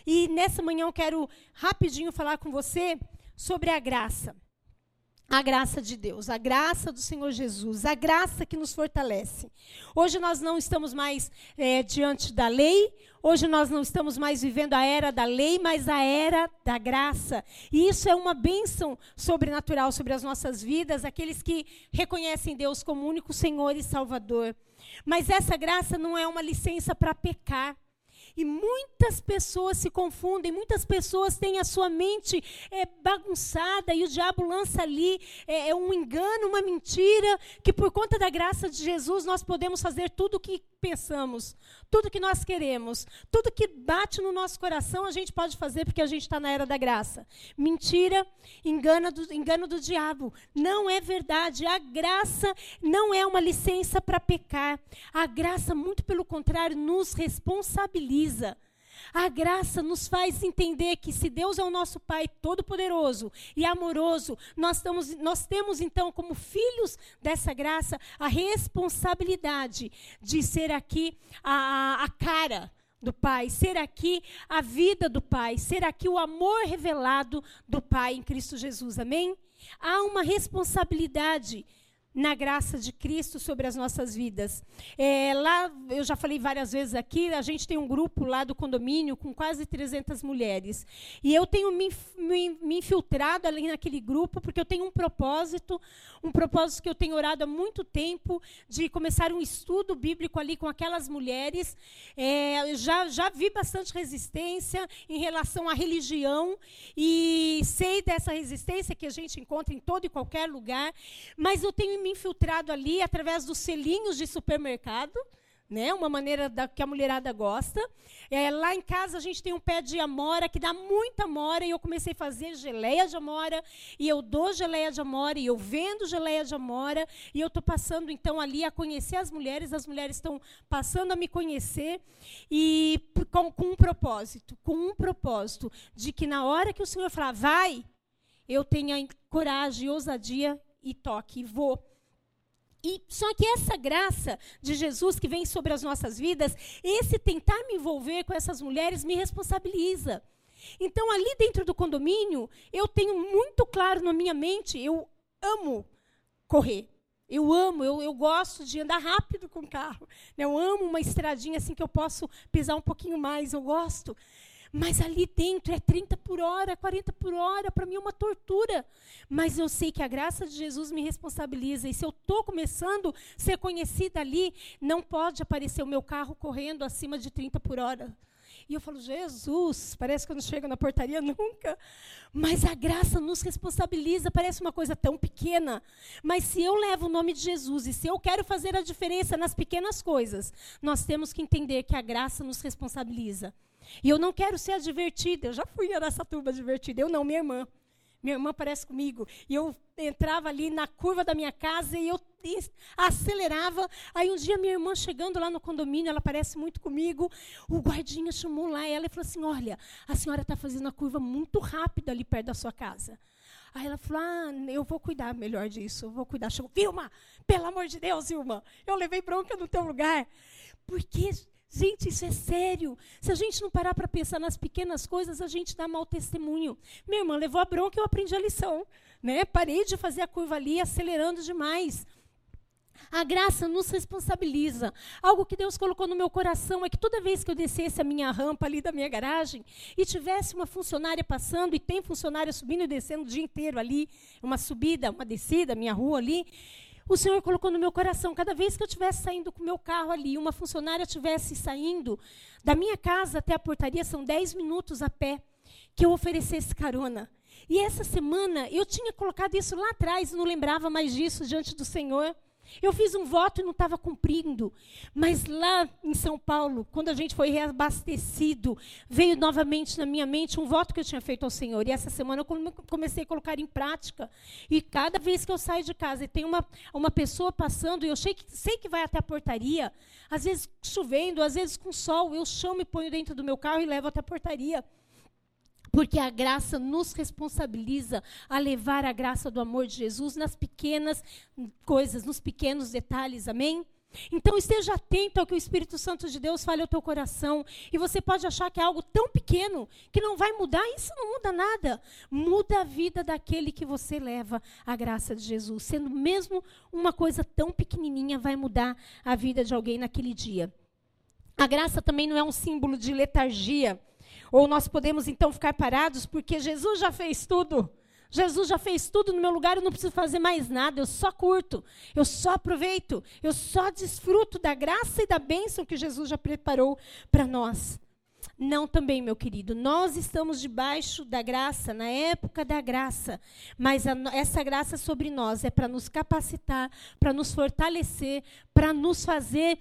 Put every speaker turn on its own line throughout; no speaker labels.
E nessa manhã eu quero rapidinho falar com você sobre a graça. A graça de Deus, a graça do Senhor Jesus, a graça que nos fortalece. Hoje nós não estamos mais diante da lei, hoje nós não estamos mais vivendo a era da lei, mas a era da graça. E isso é uma bênção sobrenatural sobre as nossas vidas, aqueles que reconhecem Deus como único Senhor e Salvador. Mas essa graça não é uma licença para pecar. E muitas pessoas se confundem, muitas pessoas têm a sua mente bagunçada e o diabo lança ali um engano, uma mentira, que por conta da graça de Jesus nós podemos fazer tudo o que pensamos, tudo que nós queremos, tudo que bate no nosso coração a gente pode fazer porque a gente está na era da graça. Mentira, engano do diabo, não é verdade. A graça não é uma licença para pecar. A graça, muito pelo contrário, nos responsabiliza. A graça nos faz entender que se Deus é o nosso Pai todo-poderoso e amoroso, nós temos então como filhos dessa graça a responsabilidade de ser aqui a cara do Pai, ser aqui a vida do Pai, ser aqui o amor revelado do Pai em Cristo Jesus, amém? Há uma responsabilidade na graça de Cristo sobre as nossas vidas. Lá, eu já falei várias vezes aqui, a gente tem um grupo lá do condomínio com quase 300 mulheres. E eu tenho me infiltrado ali naquele grupo porque eu tenho um propósito que eu tenho orado há muito tempo, de começar um estudo bíblico ali com aquelas mulheres. Já vi bastante resistência em relação à religião e sei dessa resistência que a gente encontra em todo e qualquer lugar, mas eu tenho me infiltrado ali através dos selinhos de supermercado, né? Uma maneira que a mulherada gosta. Lá em casa a gente tem um pé de amora que dá muita amora e eu comecei a fazer geleia de amora e eu dou geleia de amora e eu vendo geleia de amora e eu estou passando então ali a conhecer as mulheres estão passando a me conhecer e com um propósito de que na hora que o Senhor falar vai, eu tenha coragem, ousadia e toque e vou. E só que essa graça de Jesus que vem sobre as nossas vidas, esse tentar me envolver com essas mulheres me responsabiliza. Então, ali dentro do condomínio, eu tenho muito claro na minha mente, eu amo correr. Eu gosto de andar rápido com o carro. Eu amo uma estradinha assim que eu posso pisar um pouquinho mais, eu gosto. Mas ali dentro é 30 por hora, 40 por hora, para mim é uma tortura. Mas eu sei que a graça de Jesus me responsabiliza. E se eu estou começando a ser conhecida ali, não pode aparecer o meu carro correndo acima de 30 por hora. E eu falo, Jesus, parece que eu não chego na portaria nunca. Mas a graça nos responsabiliza, parece uma coisa tão pequena. Mas se eu levo o nome de Jesus e se eu quero fazer a diferença nas pequenas coisas, nós temos que entender que a graça nos responsabiliza. E eu não quero ser a divertida. Eu já fui nessa turma divertida. Eu não, minha irmã. Minha irmã parece comigo. E eu entrava ali na curva da minha casa e eu acelerava. Aí um dia minha irmã chegando lá no condomínio, ela parece muito comigo, o guardinha chamou lá ela e falou assim, olha, a senhora está fazendo a curva muito rápida ali perto da sua casa. Aí ela falou, eu vou cuidar melhor disso, eu vou cuidar. Chegou, Vilma, pelo amor de Deus, Vilma, eu levei bronca no teu lugar. Porque... gente, isso é sério. Se a gente não parar para pensar nas pequenas coisas, a gente dá mau testemunho. Minha irmã levou a bronca e eu aprendi a lição. Né? Parei de fazer a curva ali, acelerando demais. A graça nos responsabiliza. Algo que Deus colocou no meu coração é que toda vez que eu descesse a minha rampa ali da minha garagem e tivesse uma funcionária passando, e tem funcionária subindo e descendo o dia inteiro ali, uma subida, uma descida, minha rua ali, o Senhor colocou no meu coração, cada vez que eu estivesse saindo com o meu carro ali, uma funcionária estivesse saindo da minha casa até a portaria, são 10 minutos a pé, que eu oferecesse carona. E essa semana, eu tinha colocado isso lá atrás, não lembrava mais disso diante do Senhor. Eu fiz um voto e não estava cumprindo. Mas lá em São Paulo, quando a gente foi reabastecido, veio novamente na minha mente um voto que eu tinha feito ao Senhor. E essa semana eu comecei a colocar em prática. E cada vez que eu saio de casa e tem uma pessoa passando, e eu sei que vai até a portaria, às vezes chovendo, às vezes com sol, eu chamo e ponho dentro do meu carro e levo até a portaria. Porque a graça nos responsabiliza a levar a graça do amor de Jesus nas pequenas coisas, nos pequenos detalhes, amém? Então esteja atento ao que o Espírito Santo de Deus fale ao teu coração. E você pode achar que é algo tão pequeno que não vai mudar. Isso não muda nada. Muda a vida daquele que você leva à graça de Jesus. Sendo mesmo uma coisa tão pequenininha, vai mudar a vida de alguém naquele dia. A graça também não é um símbolo de letargia. Ou nós podemos então ficar parados porque Jesus já fez tudo. Jesus já fez tudo no meu lugar, eu não preciso fazer mais nada, eu só curto, eu só aproveito, eu só desfruto da graça e da bênção que Jesus já preparou para nós. Não também, meu querido, nós estamos debaixo da graça, na época da graça, mas essa graça sobre nós é para nos capacitar, para nos fortalecer, para nos fazer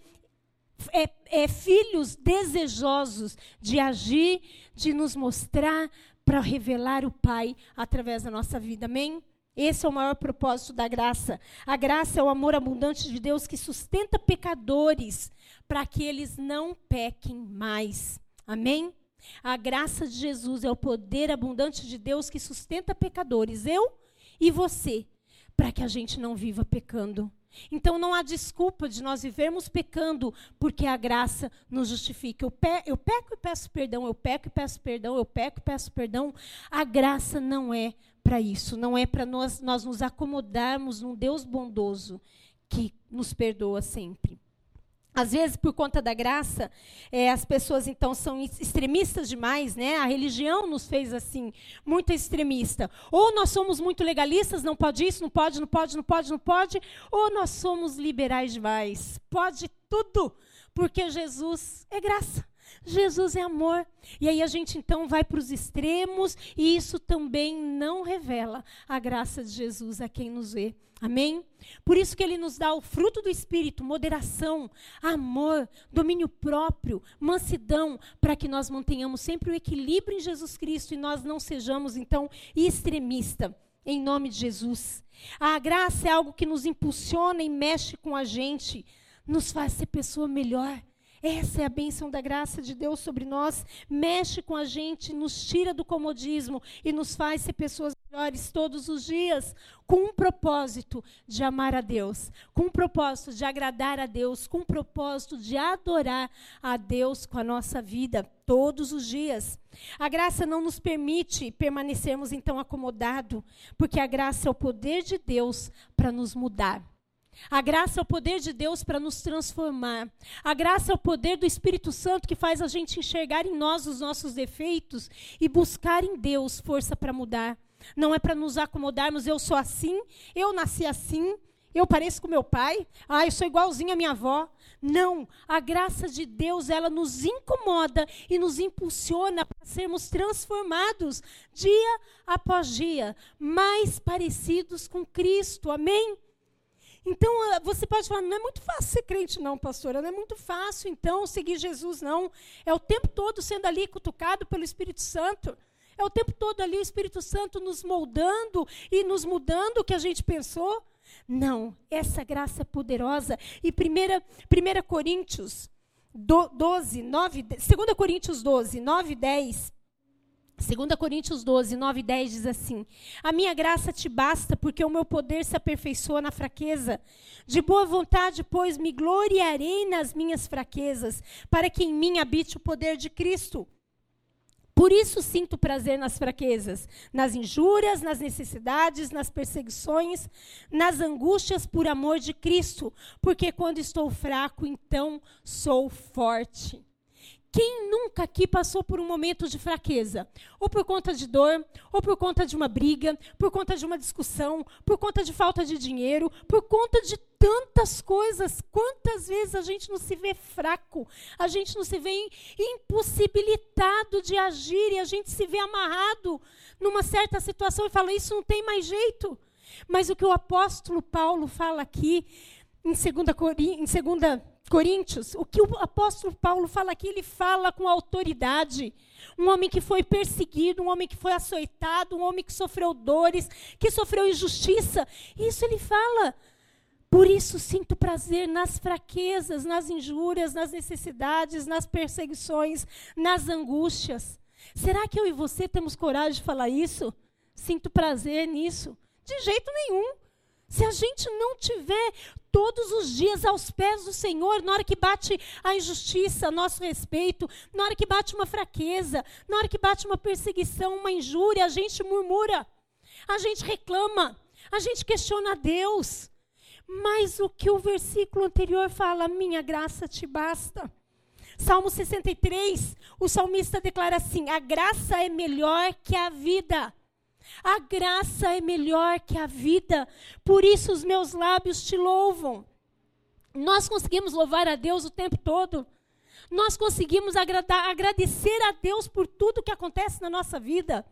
filhos desejosos de agir, de nos mostrar, para revelar o Pai através da nossa vida. Amém? Esse é o maior propósito da graça. A graça é o amor abundante de Deus que sustenta pecadores para que eles não pequem mais. Amém? A graça de Jesus é o poder abundante de Deus que sustenta pecadores, eu e você, para que a gente não viva pecando. Então não há desculpa de nós vivermos pecando, porque a graça nos justifica. Eu peco e peço perdão, eu peco e peço perdão, eu peco e peço perdão. A graça não é para isso, não é para nós nos acomodarmos num Deus bondoso que nos perdoa sempre. Às vezes, por conta da graça, as pessoas, então, são extremistas demais, né? A religião nos fez assim, muito extremista. Ou nós somos muito legalistas, não pode isso, não pode, não pode, não pode, não pode. Ou nós somos liberais demais. Pode tudo, porque Jesus é graça. Jesus é amor. E aí a gente, então, vai para os extremos, e isso também não revela a graça de Jesus a quem nos vê. Amém? Por isso que ele nos dá o fruto do Espírito, moderação, amor, domínio próprio, mansidão, para que nós mantenhamos sempre o equilíbrio em Jesus Cristo e nós não sejamos, então, extremistas, em nome de Jesus. A graça é algo que nos impulsiona e mexe com a gente, nos faz ser pessoa melhor. Essa é a bênção da graça de Deus sobre nós, mexe com a gente, nos tira do comodismo e nos faz ser pessoas melhores todos os dias, com um propósito de amar a Deus, com um propósito de agradar a Deus, com um propósito de adorar a Deus com a nossa vida todos os dias. A graça não nos permite permanecermos então acomodados, porque a graça é o poder de Deus para nos mudar. A graça é o poder de Deus para nos transformar. A graça é o poder do Espírito Santo que faz a gente enxergar em nós os nossos defeitos e buscar em Deus força para mudar. Não é para nos acomodarmos, eu sou assim, eu nasci assim, eu pareço com meu pai, eu sou igualzinho à minha avó. Não, a graça de Deus, ela nos incomoda e nos impulsiona para sermos transformados dia após dia, mais parecidos com Cristo. Amém? Então, você pode falar, não é muito fácil ser crente não, pastora, não é muito fácil, então, seguir Jesus, não. É o tempo todo sendo ali cutucado pelo Espírito Santo. É o tempo todo ali o Espírito Santo nos moldando e nos mudando o que a gente pensou. Não, essa graça é poderosa. E 1 Coríntios 12, 9, 2 Coríntios 12, 9 e 10... 2 Coríntios 12, 9 e 10 diz assim: a minha graça te basta, porque o meu poder se aperfeiçoa na fraqueza. De boa vontade, pois, me gloriarei nas minhas fraquezas, para que em mim habite o poder de Cristo. Por isso sinto prazer nas fraquezas, nas injúrias, nas necessidades, nas perseguições, nas angústias por amor de Cristo, porque quando estou fraco, então sou forte. Quem nunca aqui passou por um momento de fraqueza? Ou por conta de dor, ou por conta de uma briga, por conta de uma discussão, por conta de falta de dinheiro, por conta de tantas coisas. Quantas vezes a gente não se vê fraco, a gente não se vê impossibilitado de agir e a gente se vê amarrado numa certa situação e fala, isso não tem mais jeito. Mas o que o apóstolo Paulo fala aqui, em 2 Coríntios, o que o apóstolo Paulo fala aqui, ele fala com autoridade. Um homem que foi perseguido, um homem que foi açoitado, um homem que sofreu dores, que sofreu injustiça. Isso ele fala. Por isso sinto prazer nas fraquezas, nas injúrias, nas necessidades, nas perseguições, nas angústias. Será que eu e você temos coragem de falar isso? Sinto prazer nisso? De jeito nenhum. Se a gente não tiver todos os dias aos pés do Senhor, na hora que bate a injustiça a nosso respeito, na hora que bate uma fraqueza, na hora que bate uma perseguição, uma injúria, a gente murmura, a gente reclama, a gente questiona a Deus. Mas o que o versículo anterior fala, minha graça te basta. Salmo 63, o salmista declara assim, a graça é melhor que a vida. A graça é melhor que a vida, por isso os meus lábios te louvam. Nós conseguimos louvar a Deus o tempo todo. Nós conseguimos agradecer a Deus por tudo que acontece na nossa vida.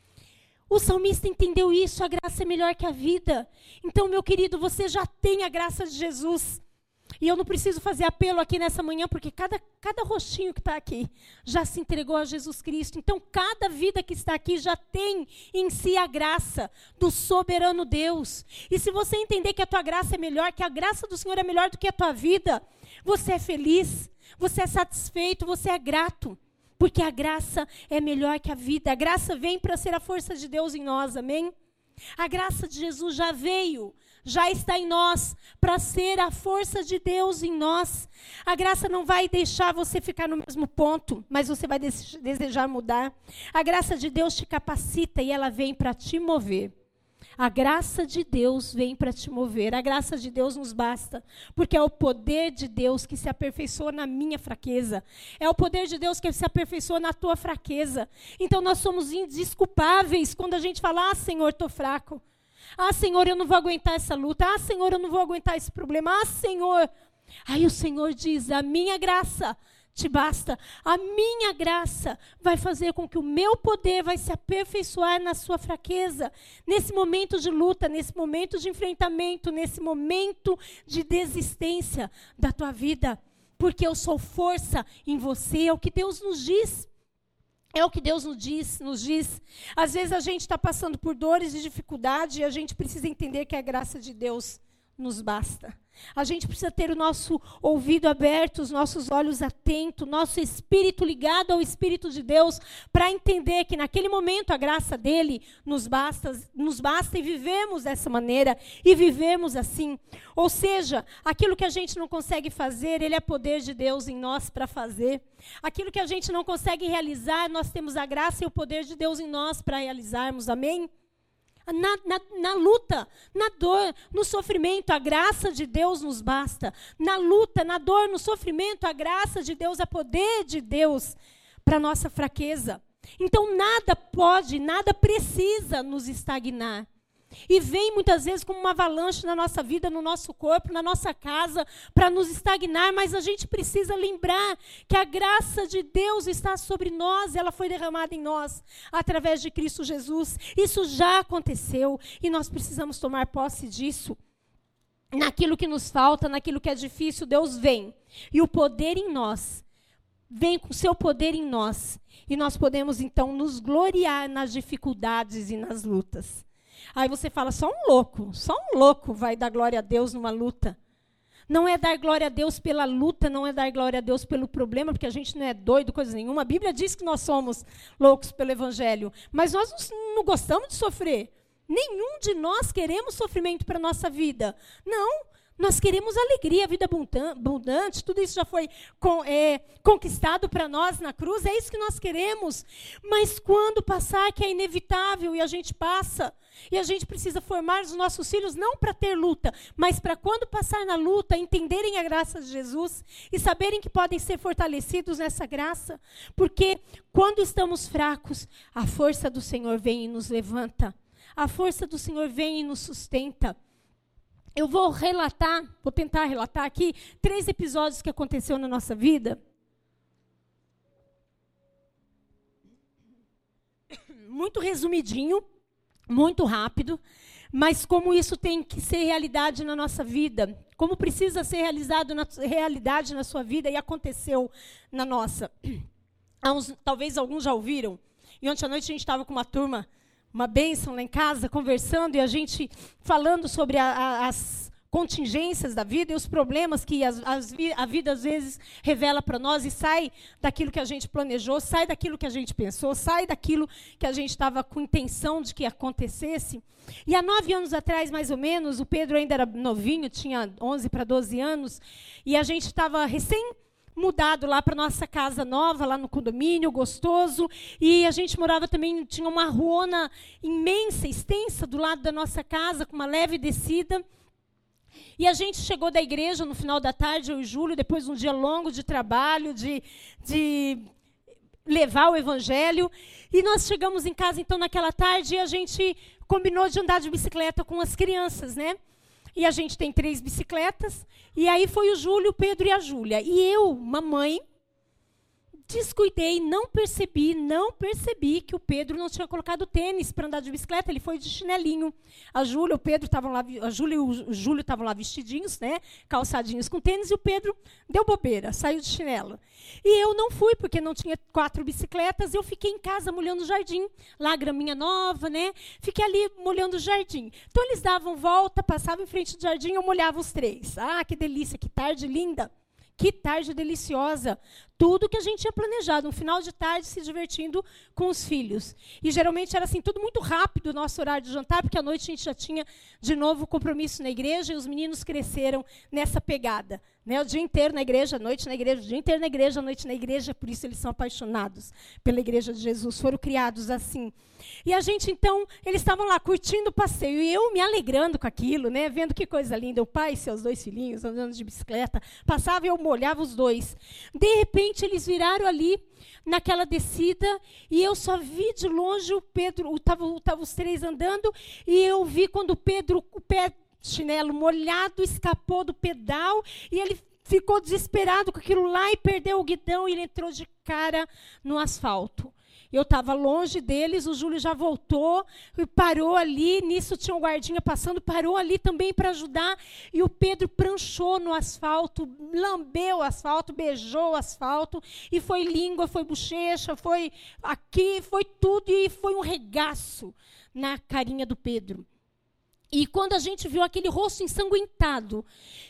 O salmista entendeu isso, a graça é melhor que a vida. Então, meu querido, você já tem a graça de Jesus. E eu não preciso fazer apelo aqui nessa manhã, porque cada rostinho que está aqui já se entregou a Jesus Cristo. Então, cada vida que está aqui já tem em si a graça do soberano Deus. E se você entender que a tua graça é melhor, que a graça do Senhor é melhor do que a tua vida, você é feliz, você é satisfeito, você é grato. Porque a graça é melhor que a vida. A graça vem para ser a força de Deus em nós, amém? A graça de Jesus já veio, já está em nós, para ser a força de Deus em nós. A graça não vai deixar você ficar no mesmo ponto, mas você vai desejar mudar. A graça de Deus te capacita e ela vem para te mover. A graça de Deus vem para te mover. A graça de Deus nos basta, porque é o poder de Deus que se aperfeiçoa na minha fraqueza. É o poder de Deus que se aperfeiçoa na tua fraqueza. Então nós somos indesculpáveis quando a gente fala, Senhor, estou fraco. Senhor, eu não vou aguentar essa luta. Senhor, eu não vou aguentar esse problema. Senhor. Aí o Senhor diz, a minha graça te basta. A minha graça vai fazer com que o meu poder vai se aperfeiçoar na sua fraqueza. Nesse momento de luta, nesse momento de enfrentamento, nesse momento de desistência da tua vida. Porque eu sou força em você, é o que Deus nos diz. É o que Deus nos diz. Às vezes a gente está passando por dores e dificuldade e a gente precisa entender que a graça de Deus nos basta. A gente precisa ter o nosso ouvido aberto, os nossos olhos atentos, nosso espírito ligado ao Espírito de Deus, para entender que naquele momento a graça dele nos basta e vivemos dessa maneira, e vivemos assim. Ou seja, aquilo que a gente não consegue fazer, ele é poder de Deus em nós para fazer. Aquilo que a gente não consegue realizar, nós temos a graça e o poder de Deus em nós para realizarmos, amém? Na luta, na dor, no sofrimento, a graça de Deus nos basta. Na luta, na dor, no sofrimento, a graça de Deus, o poder de Deus para a nossa fraqueza. Então, nada pode, nada precisa nos estagnar. E vem muitas vezes como uma avalanche na nossa vida, no nosso corpo, na nossa casa, para nos estagnar, mas a gente precisa lembrar que a graça de Deus está sobre nós, ela foi derramada em nós, através de Cristo Jesus. Isso já aconteceu e nós precisamos tomar posse disso. Naquilo que nos falta, naquilo que é difícil, Deus vem. E o poder em nós, vem com o seu poder em nós. E nós podemos então nos gloriar nas dificuldades e nas lutas. Aí você fala, só um louco vai dar glória a Deus numa luta. Não é dar glória a Deus pela luta, não é dar glória a Deus pelo problema, porque a gente não é doido, coisa nenhuma. A Bíblia diz que nós somos loucos pelo Evangelho, mas nós não gostamos de sofrer. Nenhum de nós queremos sofrimento para a nossa vida. Não, nós queremos alegria, vida abundante, tudo isso já foi conquistado para nós na cruz, é isso que nós queremos. Mas quando passar, que é inevitável, e a gente passa, e a gente precisa formar os nossos filhos, não para ter luta, mas para quando passar na luta, entenderem a graça de Jesus e saberem que podem ser fortalecidos nessa graça. Porque quando estamos fracos, a força do Senhor vem e nos levanta. A força do Senhor vem e nos sustenta. Eu vou tentar relatar aqui 3 episódios que aconteceu na nossa vida. Muito resumidinho, muito rápido, mas como isso tem que ser realidade na nossa vida, como precisa ser realidade na sua vida, e aconteceu na nossa. Talvez alguns já ouviram. E ontem à noite a gente estava com uma turma, uma bênção lá em casa, conversando, e a gente falando sobre as contingências da vida e os problemas que a vida às vezes revela para nós e sai daquilo que a gente planejou, sai daquilo que a gente pensou, sai daquilo que a gente estava com intenção de que acontecesse. E há 9 anos atrás, mais ou menos, o Pedro ainda era novinho, tinha 11 para 12 anos, e a gente estava recém-mudado lá para nossa casa nova, lá no condomínio, gostoso, e a gente morava também, tinha uma ruona imensa, extensa, do lado da nossa casa, com uma leve descida. E a gente chegou da igreja no final da tarde, eu e Júlio, depois de um dia longo de trabalho, de levar o evangelho. E nós chegamos em casa, então, naquela tarde, e a gente combinou de andar de bicicleta com as crianças, né? E a gente tem 3 bicicletas. E aí foi o Júlio, o Pedro e a Júlia. E eu, mamãe, descuidei, não percebi que o Pedro não tinha colocado tênis para andar de bicicleta, ele foi de chinelinho. A Júlia e o Júlio estavam lá vestidinhos, né, calçadinhos com tênis, e o Pedro deu bobeira, saiu de chinelo. E eu não fui, porque não tinha 4 bicicletas, eu fiquei em casa molhando o jardim, lá a graminha nova, né, fiquei ali molhando o jardim. Então eles davam volta, passavam em frente do jardim, eu molhava os 3. Ah, que delícia, que tarde linda. Que tarde deliciosa. Tudo que a gente tinha planejado, um final de tarde se divertindo com os filhos. E geralmente era assim, tudo muito rápido o nosso horário de jantar, porque à noite a gente já tinha de novo compromisso na igreja e os meninos cresceram nessa pegada. Né? O dia inteiro na igreja, a noite na igreja, o dia inteiro na igreja, a noite na igreja, por isso eles são apaixonados pela igreja de Jesus, foram criados assim. E a gente, então, eles estavam lá curtindo o passeio, e eu me alegrando com aquilo, né? Vendo que coisa linda, o pai e seus 2 filhinhos andando de bicicleta, passava e eu molhava os 2. De repente, eles viraram ali, naquela descida, e eu só vi de longe o Pedro, estavam os 3 andando, e eu vi quando o Pedro, o pé chinelo molhado, escapou do pedal, e ele ficou desesperado com aquilo lá e perdeu o guidão, e ele entrou de cara no asfalto. Eu estava longe deles, o Júlio já voltou, e parou ali, nisso tinha um guardinha passando, parou ali também para ajudar, e o Pedro pranchou no asfalto, lambeu o asfalto, beijou o asfalto, e foi língua, foi bochecha, foi aqui, foi tudo, e foi um regaço na carinha do Pedro. E quando a gente viu aquele rosto ensanguentado,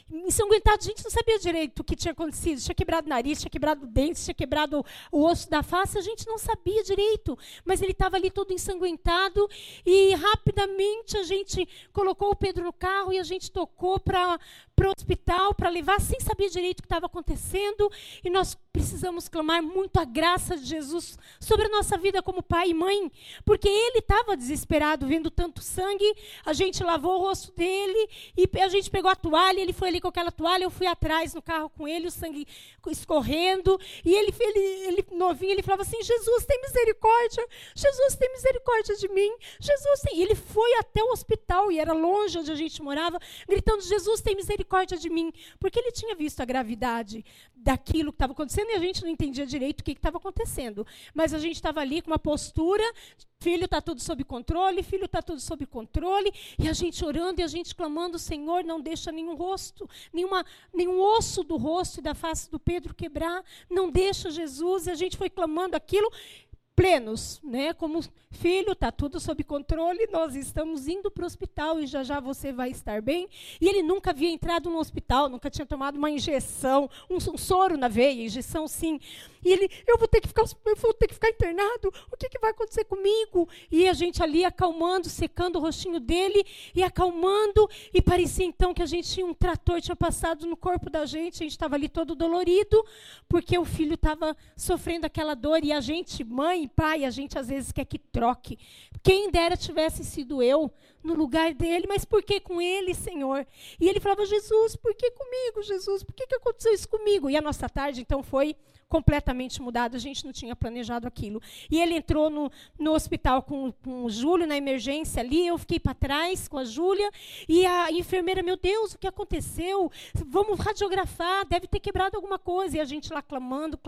a gente não sabia direito o que tinha acontecido. Tinha quebrado o nariz, tinha quebrado o dente, tinha quebrado o osso da face, a gente não sabia direito. Mas ele estava ali todo ensanguentado e rapidamente a gente colocou o Pedro no carro e a gente tocou para o hospital para levar sem saber direito o que estava acontecendo. E nós precisamos clamar muito a graça de Jesus sobre a nossa vida como pai e mãe, porque ele estava desesperado vendo tanto sangue. A gente lavou o rosto dele e a gente pegou a toalha, ele foi ali com aquela toalha, eu fui atrás no carro com ele, o sangue escorrendo, e ele novinho, ele falava assim: Jesus, tem misericórdia, Jesus, tem misericórdia de mim, Jesus, tem... E ele foi até o hospital, e era longe onde a gente morava, gritando: Jesus, tem misericórdia de mim, porque ele tinha visto a gravidade daquilo que estava acontecendo, e a gente não entendia direito o que estava acontecendo, mas a gente estava ali com uma postura: filho, está tudo sob controle, filho, está tudo sob controle, e a gente orando e a gente clamando: Senhor, não deixa nenhum rosto, nenhum osso do rosto e da face do Pedro quebrar, não deixa, Jesus. E a gente foi clamando aquilo plenos, né? Como: filho, está tudo sob controle, nós estamos indo para o hospital e já já você vai estar bem. E ele nunca havia entrado no hospital, nunca tinha tomado uma injeção, um soro na veia, injeção sim. E ele: eu vou ter que ficar internado, o que vai acontecer comigo? E a gente ali acalmando, secando o rostinho dele e acalmando, e parecia então que a gente tinha um trator, tinha passado no corpo da gente, a gente estava ali todo dolorido, porque o filho estava sofrendo aquela dor, e a gente, mãe e pai, a gente às vezes quer que troque. Quem dera tivesse sido eu no lugar dele, mas por que com ele, Senhor? E ele falava: Jesus, por que comigo, Jesus? Por que aconteceu isso comigo? E a nossa tarde, então, foi completamente mudada, a gente não tinha planejado aquilo. E ele entrou no hospital com o Júlio, na emergência ali, eu fiquei para trás com a Júlia, e a enfermeira: meu Deus, o que aconteceu? Vamos radiografar, deve ter quebrado alguma coisa. E a gente lá clamando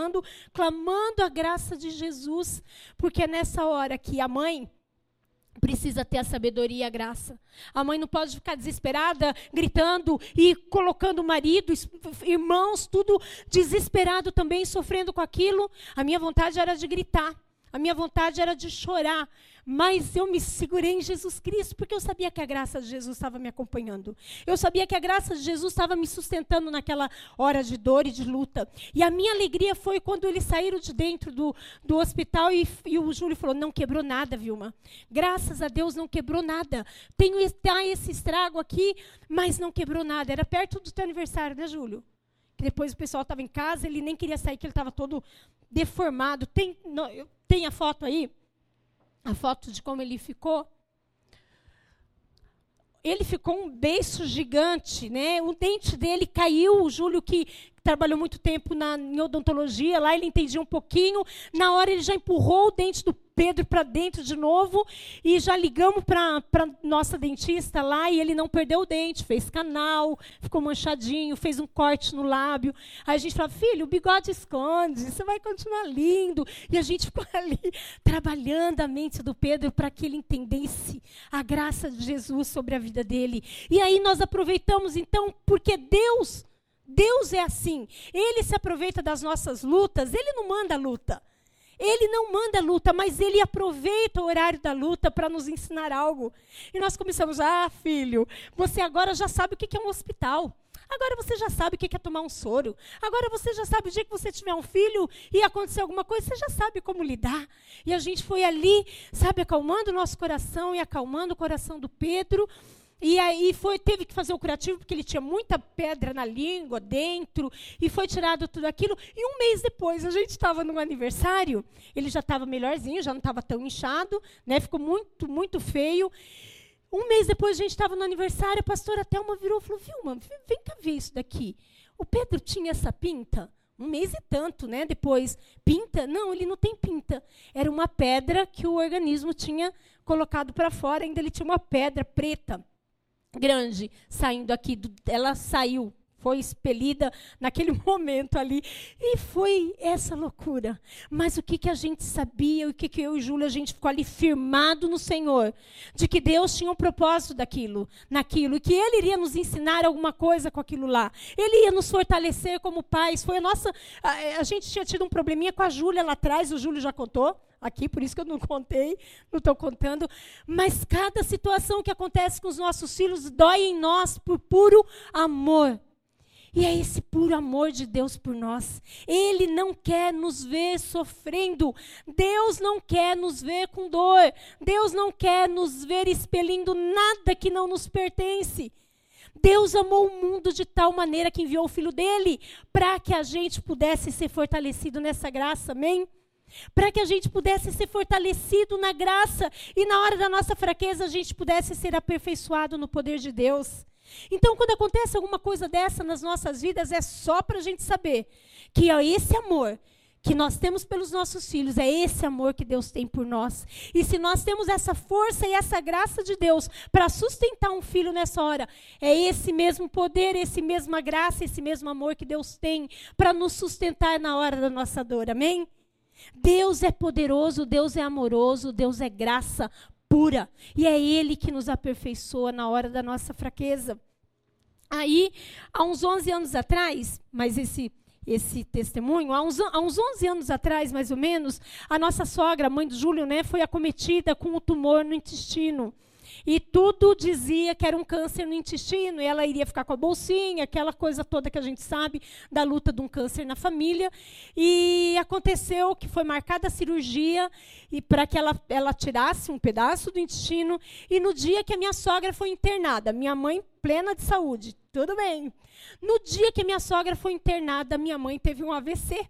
a graça de Jesus, porque é nessa hora que a mãe precisa ter a sabedoria e a graça. A mãe não pode ficar desesperada, gritando e colocando o marido, irmãos, tudo desesperado também, sofrendo com aquilo. A minha vontade era de gritar. A minha vontade era de chorar. Mas eu me segurei em Jesus Cristo, porque eu sabia que a graça de Jesus estava me acompanhando. Eu sabia que a graça de Jesus estava me sustentando naquela hora de dor e de luta. E a minha alegria foi quando eles saíram de dentro do hospital e o Júlio falou, não quebrou nada, Vilma. Graças a Deus não quebrou nada. Tá esse estrago aqui, mas não quebrou nada. Era perto do teu aniversário, né, Júlio? Que depois o pessoal estava em casa, ele nem queria sair, que ele estava todo deformado. Tem a foto aí? A foto de como ele ficou. Ele ficou um beiço gigante, né? O dente dele caiu. O Júlio, que trabalhou muito tempo em odontologia, lá ele entendia um pouquinho. Na hora ele já empurrou o dente do Pedro para dentro de novo e já ligamos para nossa dentista lá e ele não perdeu o dente, fez canal, ficou manchadinho, fez um corte no lábio. Aí a gente falava, filho, o bigode esconde, você vai continuar lindo. E a gente ficou ali trabalhando a mente do Pedro para que ele entendesse a graça de Jesus sobre a vida dele. E aí nós aproveitamos então, porque Deus é assim. Ele se aproveita das nossas lutas, ele não manda luta. Ele não manda luta, mas ele aproveita o horário da luta para nos ensinar algo. E nós começamos, filho, você agora já sabe o que é um hospital. Agora você já sabe o que é tomar um soro. Agora você já sabe o dia que você tiver um filho e acontecer alguma coisa, você já sabe como lidar. E a gente foi ali, sabe, acalmando o nosso coração e acalmando o coração do Pedro. E aí teve que fazer o curativo, porque ele tinha muita pedra na língua, dentro, e foi tirado tudo aquilo. E um mês depois, a gente estava no aniversário, ele já estava melhorzinho, já não estava tão inchado, né? Ficou muito, muito feio. Um mês depois, a gente estava no aniversário, a pastora Thelma virou e falou, Vilma, vem cá ver isso daqui. O Pedro tinha essa pinta? Um mês e tanto, né? Depois, pinta? Não, ele não tem pinta. Era uma pedra que o organismo tinha colocado para fora, ainda ele tinha uma pedra preta, grande, saindo aqui, ela saiu, foi expelida naquele momento ali, e foi essa loucura. Mas o que a gente sabia, o que eu e Júlia, a gente ficou ali firmado no Senhor, de que Deus tinha um propósito naquilo, e que Ele iria nos ensinar alguma coisa com aquilo lá, Ele ia nos fortalecer como pais. Foi a gente tinha tido um probleminha com a Júlia lá atrás, o Júlio já contou, aqui, por isso que eu não contei, não estou contando, mas cada situação que acontece com os nossos filhos dói em nós por puro amor. E é esse puro amor de Deus por nós. Ele não quer nos ver sofrendo. Deus não quer nos ver com dor. Deus não quer nos ver expelindo nada que não nos pertence. Deus amou o mundo de tal maneira que enviou o Filho dele para que a gente pudesse ser fortalecido nessa graça, amém? Para que a gente pudesse ser fortalecido na graça e na hora da nossa fraqueza a gente pudesse ser aperfeiçoado no poder de Deus. Então, quando acontece alguma coisa dessa nas nossas vidas, é só para a gente saber que é esse amor que nós temos pelos nossos filhos, é esse amor que Deus tem por nós. E se nós temos essa força e essa graça de Deus para sustentar um filho nessa hora, é esse mesmo poder, esse mesma graça, esse mesmo amor que Deus tem para nos sustentar na hora da nossa dor, amém? Deus é poderoso, Deus é amoroso, Deus é graça pura. E é Ele que nos aperfeiçoa na hora da nossa fraqueza. Aí, há uns 11 anos atrás, mas esse testemunho, há uns 11 anos atrás, mais ou menos, a nossa sogra, a mãe do Júlio, né, foi acometida com um tumor no intestino. E tudo dizia que era um câncer no intestino, e ela iria ficar com a bolsinha, aquela coisa toda que a gente sabe da luta de um câncer na família. E aconteceu que foi marcada a cirurgia e para que ela tirasse um pedaço do intestino. E no dia que a minha sogra foi internada, minha mãe plena de saúde, tudo bem. No dia que a minha sogra foi internada, minha mãe teve um AVC.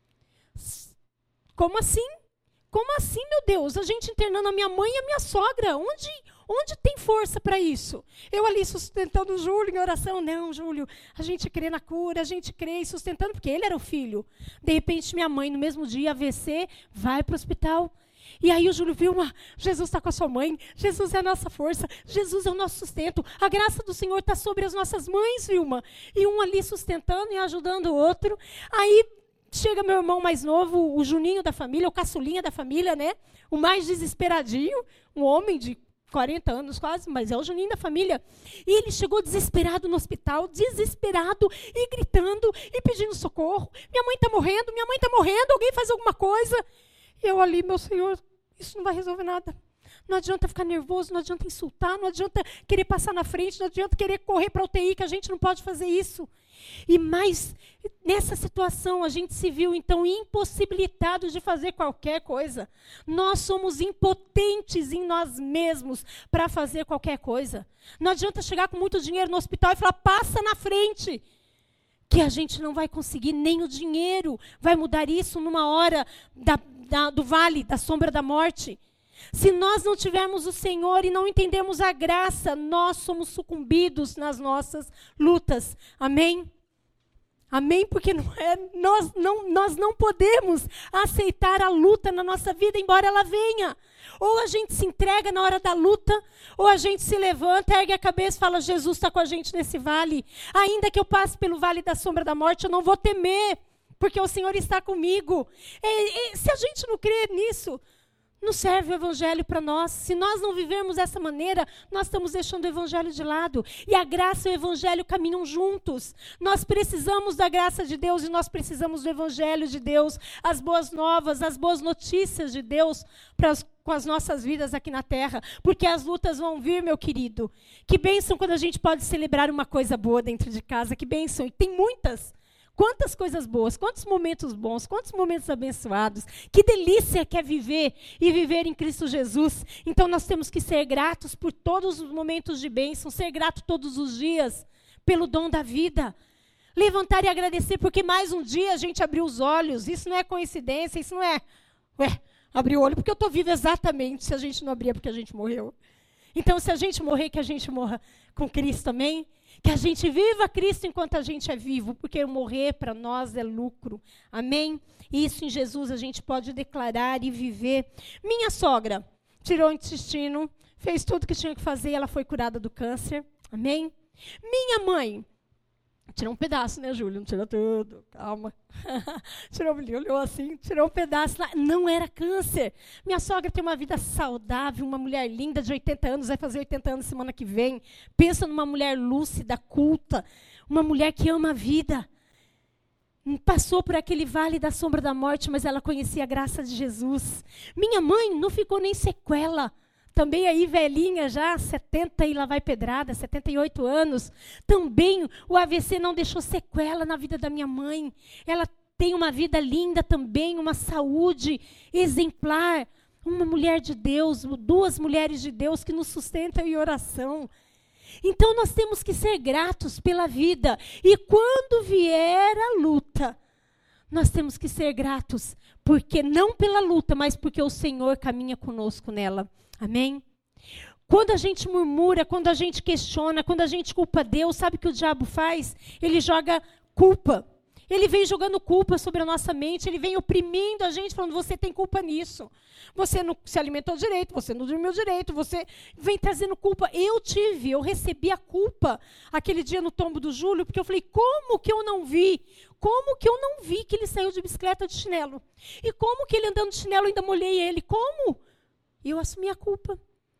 Como assim? Como assim, meu Deus? A gente internando a minha mãe e a minha sogra. Onde tem força para isso? Eu ali sustentando o Júlio em oração. Não, Júlio, a gente crê na cura, a gente crê e sustentando, porque ele era o filho. De repente, minha mãe, no mesmo dia, AVC, vai para o hospital. E aí o Júlio viu, Jesus está com a sua mãe, Jesus é a nossa força, Jesus é o nosso sustento. A graça do Senhor está sobre as nossas mães, Vilma. E um ali sustentando e ajudando o outro. Aí chega meu irmão mais novo, o Juninho da família, o caçulinha da família, né? O mais desesperadinho, um homem de 40 anos quase, mas é o Juninho da família. E ele chegou desesperado no hospital, desesperado, e gritando, e pedindo socorro. Minha mãe está morrendo, alguém faz alguma coisa. E eu ali, meu Senhor, isso não vai resolver nada. Não adianta ficar nervoso, não adianta insultar, não adianta querer passar na frente, não adianta querer correr para a UTI, que a gente não pode fazer isso. E mais, nessa situação, a gente se viu, então, impossibilitado de fazer qualquer coisa. Nós somos impotentes em nós mesmos para fazer qualquer coisa. Não adianta chegar com muito dinheiro no hospital e falar, passa na frente. Que a gente não vai conseguir, nem o dinheiro vai mudar isso numa hora do vale, da sombra da morte. Se nós não tivermos o Senhor e não entendemos a graça, nós somos sucumbidos nas nossas lutas. Amém? Amém? Porque nós não podemos aceitar a luta na nossa vida, embora ela venha. Ou a gente se entrega na hora da luta, ou a gente se levanta, ergue a cabeça e fala, Jesus está com a gente nesse vale. Ainda que eu passe pelo vale da sombra da morte, eu não vou temer, porque o Senhor está comigo. Se a gente não crê nisso, não serve o evangelho para nós. Se nós não vivermos dessa maneira, nós estamos deixando o evangelho de lado. E a graça e o evangelho caminham juntos. Nós precisamos da graça de Deus e nós precisamos do evangelho de Deus, as boas novas, as boas notícias de Deus com as nossas vidas aqui na terra. Porque as lutas vão vir, meu querido. Que bênção quando a gente pode celebrar uma coisa boa dentro de casa. Que bênção. E tem muitas. Quantas coisas boas, quantos momentos bons, quantos momentos abençoados. Que delícia que é viver e viver em Cristo Jesus. Então nós temos que ser gratos por todos os momentos de bênção, ser grato todos os dias pelo dom da vida. Levantar e agradecer porque mais um dia a gente abriu os olhos. Isso não é coincidência, isso não é... abri o olho porque eu estou vivo exatamente. Se a gente não abrir é porque a gente morreu. Então se a gente morrer, que a gente morra com Cristo também. Que a gente viva Cristo enquanto a gente é vivo, porque morrer para nós é lucro. Amém? Isso em Jesus a gente pode declarar e viver. Minha sogra tirou o intestino, fez tudo que tinha que fazer, ela foi curada do câncer. Amém? Minha mãe tirou um pedaço, né, Júlio? Não tirou tudo, calma. Olhou assim, tirou um pedaço. Não era câncer. Minha sogra tem uma vida saudável, uma mulher linda de 80 anos, vai fazer 80 anos semana que vem. Pensa numa mulher lúcida, culta, uma mulher que ama a vida. Passou por aquele vale da sombra da morte, mas ela conhecia a graça de Jesus. Minha mãe não ficou nem sequela. Também aí velhinha já, 70 e lá vai pedrada, 78 anos. Também o AVC não deixou sequela na vida da minha mãe. Ela tem uma vida linda também, uma saúde exemplar. Uma mulher de Deus, duas mulheres de Deus que nos sustentam em oração. Então nós temos que ser gratos pela vida. E quando vier a luta, nós temos que ser gratos. Porque não pela luta, mas porque o Senhor caminha conosco nela. Amém? Quando a gente murmura, quando a gente questiona, quando a gente culpa Deus, sabe o que o diabo faz? Ele joga culpa. Ele vem jogando culpa sobre a nossa mente, ele vem oprimindo a gente, falando, você tem culpa nisso. Você não se alimentou direito, você não dormiu direito, você vem trazendo culpa. Eu recebi a culpa aquele dia no tombo do Júlio, porque eu falei, como que eu não vi? Como que eu não vi que ele saiu de bicicleta de chinelo? E como que ele andando de chinelo, ainda molhei ele? Como? E eu assumi a culpa.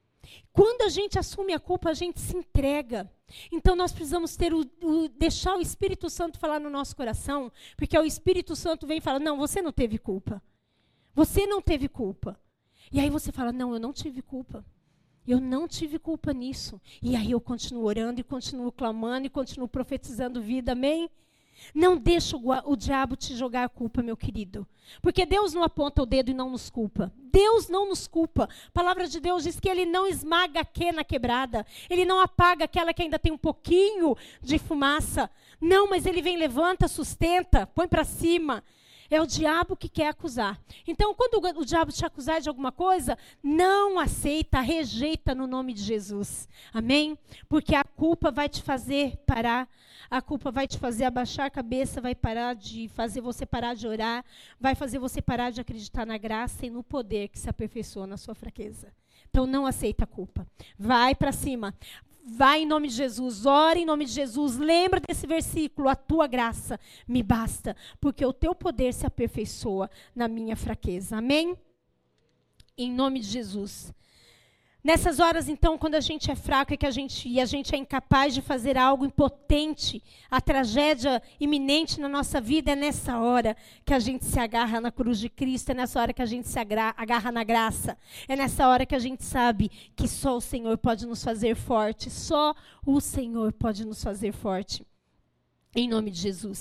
Quando a gente assume a culpa, a gente se entrega. Então, nós precisamos deixar o Espírito Santo falar no nosso coração, porque o Espírito Santo vem e fala, não, você não teve culpa. Você não teve culpa. E aí você fala, não, eu não tive culpa. Eu não tive culpa nisso. E aí eu continuo orando, e continuo clamando, e continuo profetizando vida, amém? Não deixa o diabo te jogar a culpa, meu querido. Porque Deus não aponta o dedo e não nos culpa. Deus não nos culpa. A palavra de Deus diz que Ele não esmaga a quena quebrada. Ele não apaga aquela que ainda tem um pouquinho de fumaça. Não, mas Ele vem, levanta, sustenta, põe para cima. É o diabo que quer acusar. Então, quando o diabo te acusar de alguma coisa, não aceita, rejeita no nome de Jesus. Amém? Porque a culpa vai te fazer parar. A culpa vai te fazer abaixar a cabeça, vai fazer você parar de orar, vai fazer você parar de acreditar na graça e no poder que se aperfeiçoa na sua fraqueza. Então, não aceita a culpa. Vai para cima. Vai em nome de Jesus, ora em nome de Jesus, lembra desse versículo, a tua graça me basta, porque o teu poder se aperfeiçoa na minha fraqueza. Amém? Em nome de Jesus. Nessas horas, então, quando a gente é fraco e a gente é incapaz de fazer algo impotente, a tragédia iminente na nossa vida, é nessa hora que a gente se agarra na cruz de Cristo, é nessa hora que a gente se agarra na graça, é nessa hora que a gente sabe que só o Senhor pode nos fazer forte, só o Senhor pode nos fazer forte. Em nome de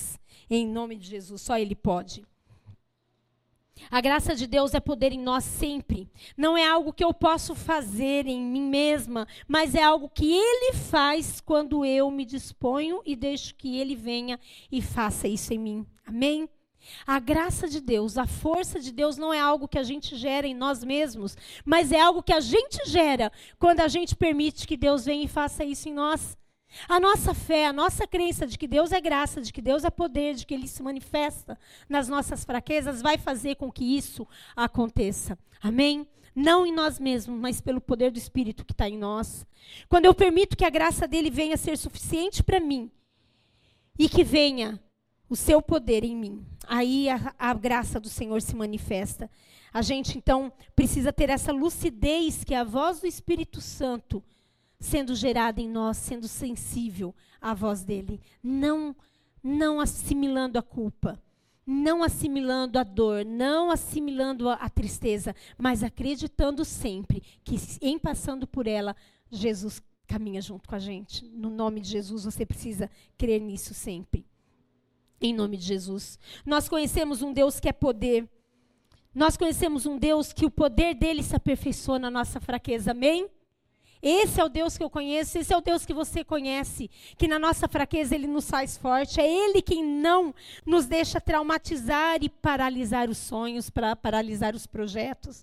Jesus, só Ele pode. A graça de Deus é poder em nós sempre. Não é algo que eu posso fazer em mim mesma, mas é algo que Ele faz quando eu me disponho e deixo que Ele venha e faça isso em mim. Amém? A graça de Deus, a força de Deus não é algo que a gente gera em nós mesmos, mas é algo que a gente gera quando a gente permite que Deus venha e faça isso em nós. A nossa fé, a nossa crença de que Deus é graça, de que Deus é poder, de que Ele se manifesta nas nossas fraquezas, vai fazer com que isso aconteça. Amém? Não em nós mesmos, mas pelo poder do Espírito que está em nós. Quando eu permito que a graça dele venha ser suficiente para mim e que venha o seu poder em mim, aí a graça do Senhor se manifesta. A gente, então, precisa ter essa lucidez que é a voz do Espírito Santo sendo gerada em nós, sendo sensível à voz dele, não assimilando a culpa, não assimilando a dor, não assimilando a tristeza, mas acreditando sempre que, em passando por ela, Jesus caminha junto com a gente. No nome de Jesus, você precisa crer nisso sempre. Em nome de Jesus. Nós conhecemos um Deus que é poder. Nós conhecemos um Deus que o poder dele se aperfeiçoa na nossa fraqueza. Amém? Esse é o Deus que eu conheço, esse é o Deus que você conhece, que na nossa fraqueza Ele nos faz forte. É Ele quem não nos deixa traumatizar e paralisar os sonhos, para paralisar os projetos.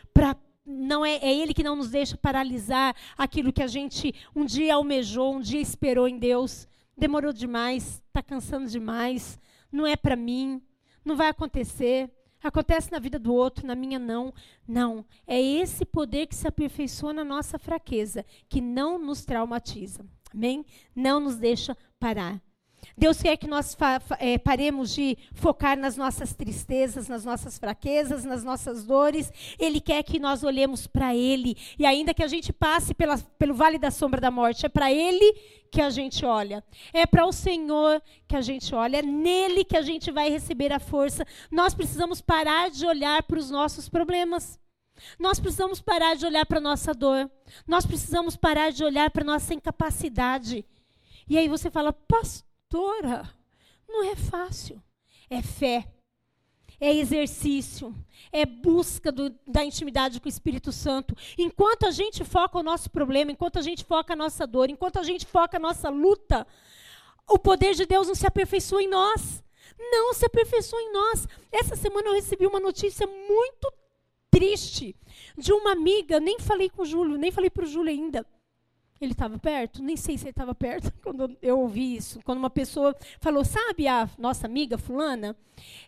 É Ele que não nos deixa paralisar aquilo que a gente um dia almejou, um dia esperou em Deus. Demorou demais, está cansando demais, não é para mim, não vai acontecer. Acontece na vida do outro, na minha não. Não, é esse poder que se aperfeiçoa na nossa fraqueza, que não nos traumatiza. Amém? Não nos deixa parar. Deus quer que nós paremos de focar nas nossas tristezas, nas nossas fraquezas, nas nossas dores. Ele quer que nós olhemos para Ele. E ainda que a gente passe pelo vale da sombra da morte, é para Ele que a gente olha. É para o Senhor que a gente olha. É nele que a gente vai receber a força. Nós precisamos parar de olhar para os nossos problemas. Nós precisamos parar de olhar para a nossa dor. Nós precisamos parar de olhar para a nossa incapacidade. E aí você fala, pastora, não é fácil. É fé, é exercício, é busca da intimidade com o Espírito Santo. Enquanto a gente foca o nosso problema, enquanto a gente foca a nossa dor, enquanto a gente foca a nossa luta, o poder de Deus não se aperfeiçoa em nós. Não se aperfeiçoa em nós. Essa semana eu recebi uma notícia muito triste de uma amiga, nem falei com o Júlio, nem falei para o Júlio ainda. Ele estava perto? Nem sei se ele estava perto quando eu ouvi isso. Quando uma pessoa falou, sabe a nossa amiga fulana?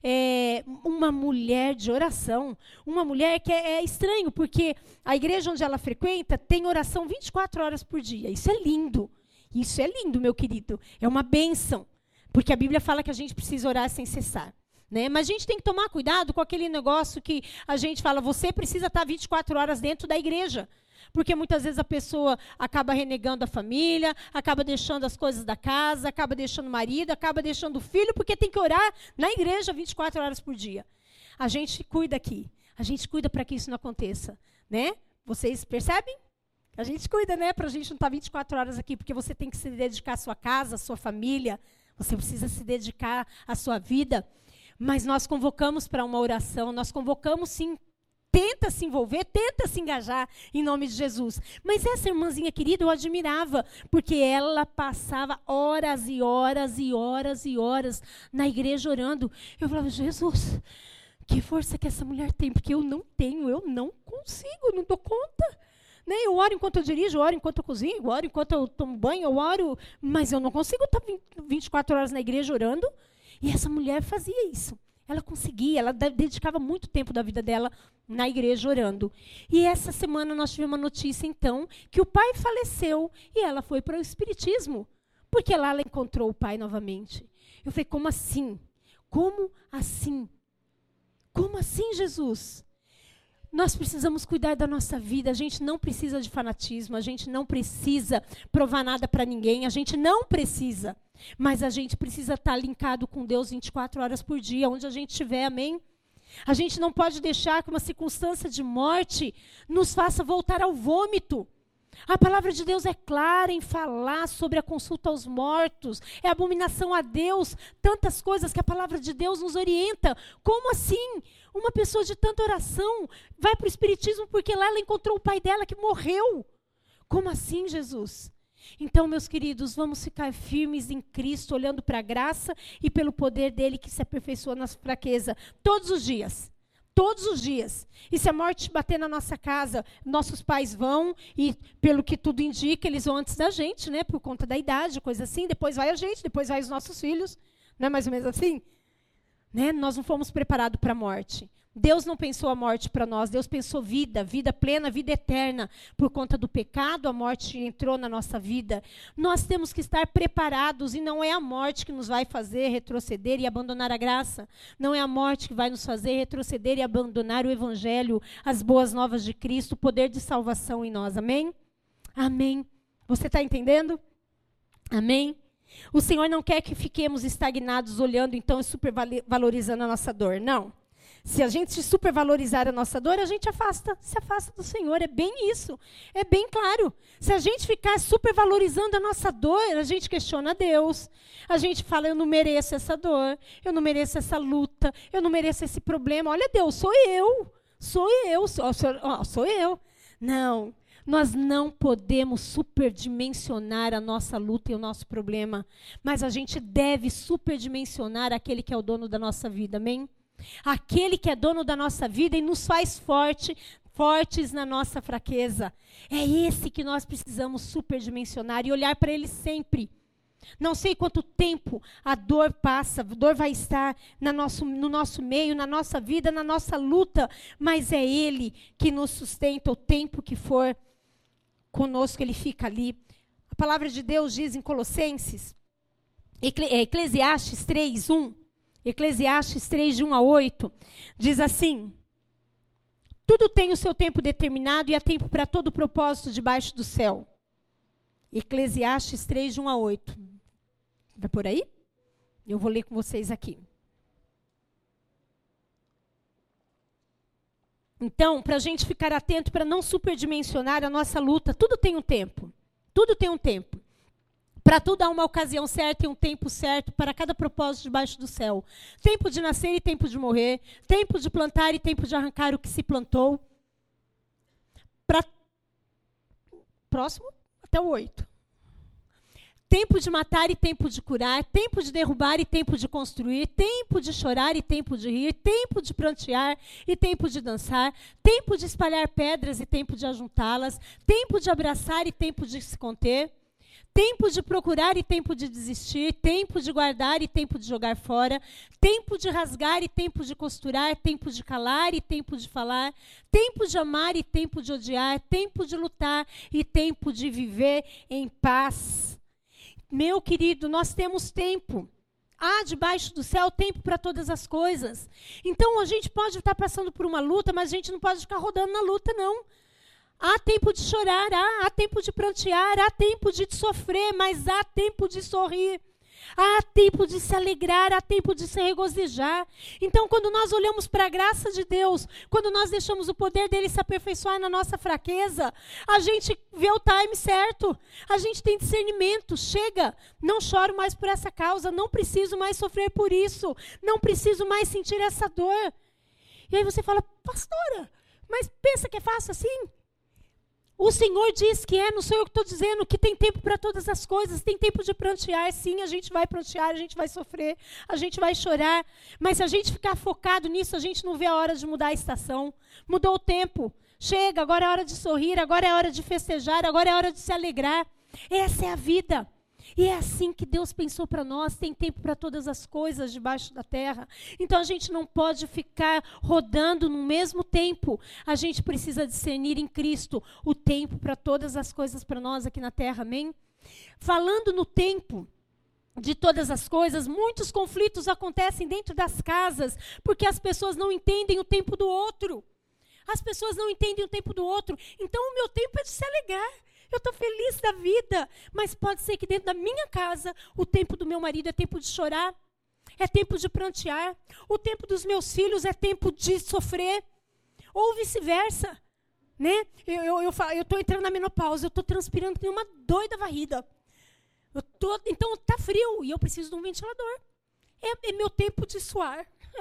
É uma mulher de oração. Uma mulher que é estranho, porque a igreja onde ela frequenta tem oração 24 horas por dia. Isso é lindo. Isso é lindo, meu querido. É uma bênção. Porque a Bíblia fala que a gente precisa orar sem cessar. Né? Mas a gente tem que tomar cuidado com aquele negócio que a gente fala, você precisa estar 24 horas dentro da igreja. Porque muitas vezes a pessoa acaba renegando a família, acaba deixando as coisas da casa, acaba deixando o marido, acaba deixando o filho, porque tem que orar na igreja 24 horas por dia. A gente cuida aqui, a gente cuida para que isso não aconteça. Né? Vocês percebem? A gente cuida, né? Para a gente não estar 24 horas aqui, porque você tem que se dedicar à sua casa, à sua família, você precisa se dedicar à sua vida. Mas nós convocamos para uma oração, nós convocamos sim. Tenta se envolver, tenta se engajar em nome de Jesus. Mas essa irmãzinha querida eu admirava, porque ela passava horas e horas e horas e horas na igreja orando. Eu falava, Jesus, que força que essa mulher tem, porque eu não tenho, eu não consigo, não dou conta. Né? Eu oro enquanto eu dirijo, eu oro enquanto eu cozinho, eu oro enquanto eu tomo banho, eu oro, mas eu não consigo estar 24 horas na igreja orando. E essa mulher fazia isso. Ela conseguia, ela dedicava muito tempo da vida dela na igreja orando. E essa semana nós tivemos uma notícia, então, que o pai faleceu e ela foi para o espiritismo. Porque lá ela encontrou o pai novamente. Eu falei, como assim? Como assim? Como assim, Jesus? Nós precisamos cuidar da nossa vida. A gente não precisa de fanatismo. A gente não precisa provar nada para ninguém. A gente não precisa. Mas a gente precisa estar linkado com Deus 24 horas por dia, onde a gente estiver, amém? A gente não pode deixar que uma circunstância de morte nos faça voltar ao vômito. A palavra de Deus é clara em falar sobre a consulta aos mortos. É abominação a Deus. Tantas coisas que a palavra de Deus nos orienta. Como assim? Uma pessoa de tanta oração vai para o espiritismo porque lá ela encontrou o pai dela que morreu. Como assim, Jesus? Então, meus queridos, vamos ficar firmes em Cristo, olhando para a graça e pelo poder dele que se aperfeiçoa na fraqueza. Todos os dias. Todos os dias. E se a morte bater na nossa casa, nossos pais vão, e pelo que tudo indica, eles vão antes da gente, né? Por conta da idade, coisa assim. Depois vai a gente, depois vai os nossos filhos. Não é mais ou menos assim? Né? Nós não fomos preparados para a morte. Deus não pensou a morte para nós. Deus pensou vida, vida plena, vida eterna. Por conta do pecado, a morte entrou na nossa vida. Nós temos que estar preparados, e não é a morte que nos vai fazer retroceder e abandonar a graça. Não é a morte que vai nos fazer retroceder e abandonar o evangelho, as boas novas de Cristo, o poder de salvação em nós. Amém? Amém. Você está entendendo? Amém? O Senhor não quer que fiquemos estagnados olhando então e supervalorizando a nossa dor. Não. Se a gente supervalorizar a nossa dor, a gente se afasta do Senhor. É bem isso. É bem claro. Se a gente ficar supervalorizando a nossa dor, a gente questiona Deus. A gente fala, eu não mereço essa dor, eu não mereço essa luta, eu não mereço esse problema. Olha, Deus, sou eu. Não. Nós não podemos superdimensionar a nossa luta e o nosso problema. Mas a gente deve superdimensionar aquele que é o dono da nossa vida. Amém? Aquele que é dono da nossa vida e nos faz fortes na nossa fraqueza. É esse que nós precisamos superdimensionar e olhar para ele sempre. Não sei quanto tempo a dor passa, a dor vai estar no nosso meio, na nossa vida, na nossa luta, mas é ele que nos sustenta o tempo que for conosco, ele fica ali. A palavra de Deus diz em Colossenses, Eclesiastes 3:1, Eclesiastes 3, de 1 a 8, diz assim: tudo tem o seu tempo determinado e há tempo para todo propósito debaixo do céu. Eclesiastes 3, de 1 a 8. Vai por aí? Eu vou ler com vocês aqui. Então, para a gente ficar atento, para não superdimensionar a nossa luta, tudo tem um tempo. Tudo tem um tempo. Para tudo há uma ocasião certa e um tempo certo para cada propósito debaixo do céu. Tempo de nascer e tempo de morrer. Tempo de plantar e tempo de arrancar o que se plantou. Próximo, até o 8. Tempo de matar e tempo de curar. Tempo de derrubar e tempo de construir. Tempo de chorar e tempo de rir. Tempo de prantear e tempo de dançar. Tempo de espalhar pedras e tempo de ajuntá-las. Tempo de abraçar e tempo de se conter. Tempo de procurar e tempo de desistir, tempo de guardar e tempo de jogar fora, tempo de rasgar e tempo de costurar, tempo de calar e tempo de falar, tempo de amar e tempo de odiar, tempo de lutar e tempo de viver em paz. Meu querido, nós temos tempo. Há debaixo do céu tempo para todas as coisas. Então a gente pode estar passando por uma luta, mas a gente não pode ficar rodando na luta, não. Há tempo de chorar, há tempo de prantear, há tempo de sofrer, mas há tempo de sorrir. Há tempo de se alegrar, há tempo de se regozijar. Então, quando nós olhamos para a graça de Deus, quando nós deixamos o poder dele se aperfeiçoar na nossa fraqueza, a gente vê o time certo. A gente tem discernimento. Chega, não choro mais por essa causa, não preciso mais sofrer por isso, não preciso mais sentir essa dor. E aí você fala, pastora, mas pensa que é fácil assim? O Senhor diz que não sou eu que estou dizendo, que tem tempo para todas as coisas, tem tempo de prantear, sim, a gente vai prantear, a gente vai sofrer, a gente vai chorar, mas se a gente ficar focado nisso, a gente não vê a hora de mudar a estação. Mudou o tempo, chega, agora é hora de sorrir, agora é hora de festejar, agora é hora de se alegrar. Essa é a vida. E é assim que Deus pensou para nós, tem tempo para todas as coisas debaixo da terra. Então a gente não pode ficar rodando no mesmo tempo. A gente precisa discernir em Cristo o tempo para todas as coisas para nós aqui na terra, amém? Falando no tempo de todas as coisas, muitos conflitos acontecem dentro das casas, porque as pessoas não entendem o tempo do outro. As pessoas não entendem o tempo do outro. Então, o meu tempo é de se alegrar. Eu estou feliz da vida. Mas pode ser que dentro da minha casa, o tempo do meu marido é tempo de chorar. É tempo de prantear. O tempo dos meus filhos é tempo de sofrer. Ou vice-versa. Né? Eu estou entrando na menopausa. Eu estou transpirando que nem uma doida varrida. Então, está frio e eu preciso de um ventilador. É meu tempo de suar.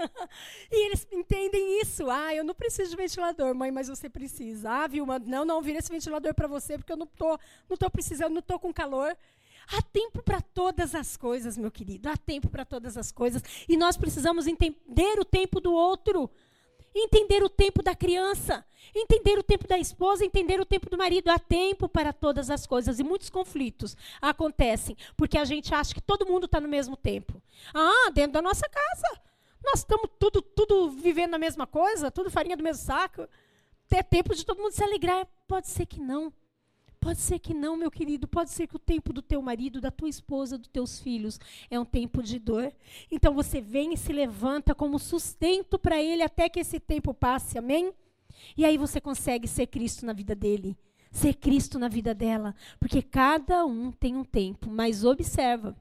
E eles entendem isso. Eu não preciso de ventilador, mãe, mas você precisa. Vilma, não, vira esse ventilador para você, porque eu não tô precisando, não estou com calor. Há tempo para todas as coisas, meu querido. Há tempo para todas as coisas. E nós precisamos entender o tempo do outro. Entender o tempo da criança. Entender o tempo da esposa. Entender o tempo do marido. Há tempo para todas as coisas. E muitos conflitos acontecem porque a gente acha que todo mundo está no mesmo tempo. Dentro da nossa casa. Nós estamos tudo vivendo a mesma coisa, tudo farinha do mesmo saco. É tempo de todo mundo se alegrar. Pode ser que não. Pode ser que não, meu querido. Pode ser que o tempo do teu marido, da tua esposa, dos teus filhos é um tempo de dor. Então você vem e se levanta como sustento para ele até que esse tempo passe. Amém? E aí você consegue ser Cristo na vida dele. Ser Cristo na vida dela. Porque cada um tem um tempo. Mas observa,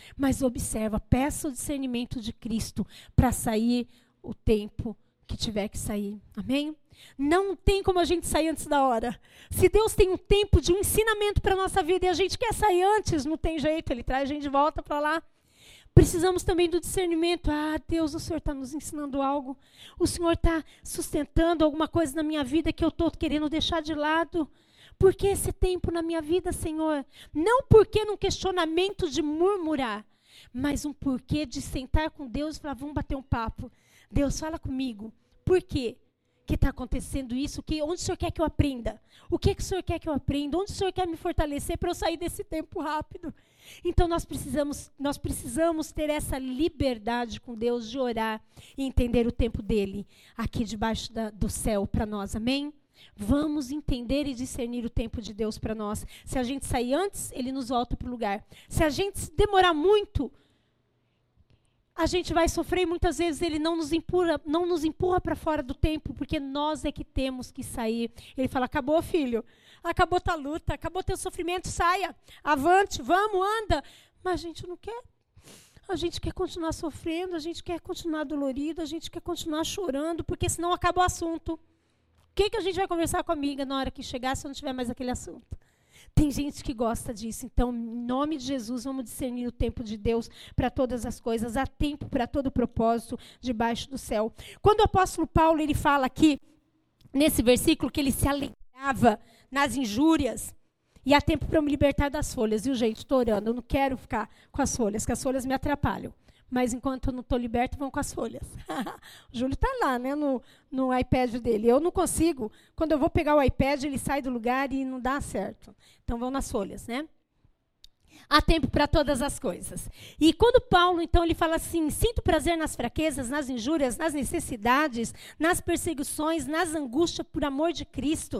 peça o discernimento de Cristo para sair o tempo que tiver que sair. Amém? Não tem como a gente sair antes da hora. Se Deus tem um tempo de um ensinamento para a nossa vida e a gente quer sair antes, não tem jeito, Ele traz a gente de volta para lá. Precisamos também do discernimento. Deus, o Senhor está nos ensinando algo. O Senhor está sustentando alguma coisa na minha vida que eu estou querendo deixar de lado. Por que esse tempo na minha vida, Senhor? Não porque num questionamento de murmurar, mas um porquê de sentar com Deus e falar, vamos bater um papo. Deus, fala comigo. Por quê que está acontecendo isso? Onde o Senhor quer que eu aprenda? O que o Senhor quer que eu aprenda? Onde o Senhor quer me fortalecer para eu sair desse tempo rápido? Então, nós precisamos ter essa liberdade com Deus de orar e entender o tempo dEle aqui debaixo do céu para nós. Amém? Vamos entender e discernir o tempo de Deus para nós. Se a gente sair antes, Ele nos volta para o lugar. Se a gente demorar muito, a gente vai sofrer e muitas vezes Ele não nos empurra para fora do tempo, porque nós é que temos que sair. Ele fala, acabou, filho. Acabou tua luta, acabou teu sofrimento, saia. Avante, vamos, anda. Mas a gente não quer. A gente quer continuar sofrendo, a gente quer continuar dolorido, a gente quer continuar chorando, porque senão acaba o assunto. O que a gente vai conversar com a amiga na hora que chegar se não tiver mais aquele assunto? Tem gente que gosta disso. Então, em nome de Jesus, vamos discernir o tempo de Deus para todas as coisas. Há tempo para todo propósito debaixo do céu. Quando o apóstolo Paulo ele fala aqui, nesse versículo, que ele se alegrava nas injúrias, e há tempo para eu me libertar das folhas. Viu, gente? Estou orando. Eu não quero ficar com as folhas, que as folhas me atrapalham. Mas enquanto eu não estou liberta, vão com as folhas. O Júlio está lá, né, no iPad dele. Eu não consigo. Quando eu vou pegar o iPad, ele sai do lugar e não dá certo. Então, vão nas folhas, né? Há tempo para todas as coisas. E quando Paulo, então, ele fala assim, sinto prazer nas fraquezas, nas injúrias, nas necessidades, nas perseguições, nas angústias por amor de Cristo.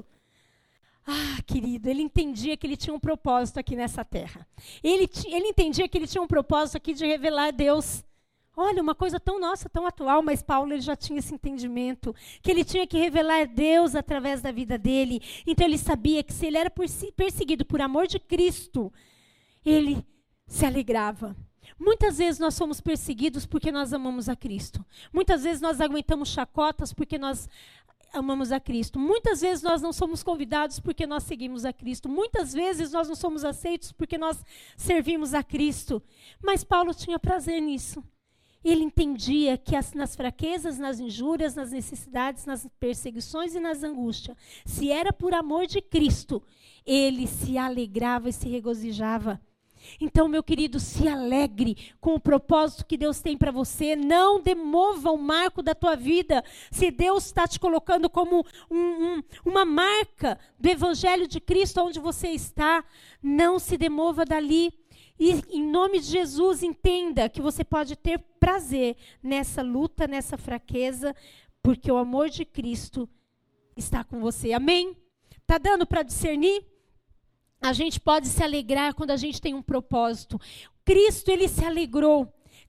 Querido, ele entendia que ele tinha um propósito aqui nessa terra. Ele entendia que ele tinha um propósito aqui de revelar a Deus. Olha, uma coisa tão nossa, tão atual, mas Paulo ele já tinha esse entendimento, que ele tinha que revelar Deus através da vida dele. Então ele sabia que se ele era perseguido por amor de Cristo, ele se alegrava. Muitas vezes nós somos perseguidos porque nós amamos a Cristo. Muitas vezes nós aguentamos chacotas porque nós amamos a Cristo. Muitas vezes nós não somos convidados porque nós seguimos a Cristo. Muitas vezes nós não somos aceitos porque nós servimos a Cristo. Mas Paulo tinha prazer nisso. Ele entendia que nas fraquezas, nas injúrias, nas necessidades, nas perseguições e nas angústias, se era por amor de Cristo, ele se alegrava e se regozijava. Então, meu querido, se alegre com o propósito que Deus tem para você. Não demova o marco da tua vida. Se Deus está te colocando como uma marca do Evangelho de Cristo onde você está, não se demova dali. E, em nome de Jesus, entenda que você pode ter prazer nessa luta, nessa fraqueza, porque o amor de Cristo está com você. Amém? Está dando para discernir? A gente pode se alegrar quando a gente tem um propósito. Cristo, ele se alegrou.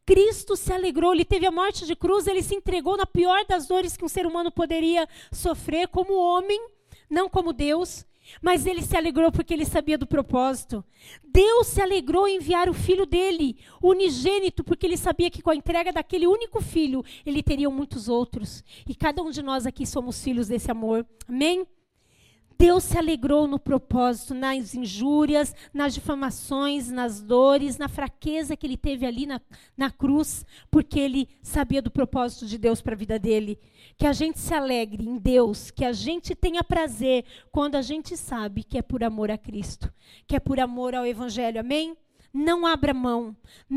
Cristo se alegrou, ele teve a morte de cruz, ele se entregou na pior das dores que um ser humano poderia sofrer como homem, não como Deus, mas ele se alegrou porque ele sabia do propósito. Deus se alegrou em enviar o filho dele, o unigênito, porque ele sabia que com a entrega daquele único filho, ele teria muitos outros. E cada um de nós aqui somos filhos desse amor. Amém? Deus se alegrou no propósito, nas injúrias, nas difamações, nas dores, na fraqueza que ele teve ali na cruz, porque ele sabia do propósito de Deus para a vida dele. Que a gente se alegre em Deus, que a gente tenha prazer quando a gente sabe que é por amor a Cristo, que é por amor ao Evangelho, amém? Não abra mão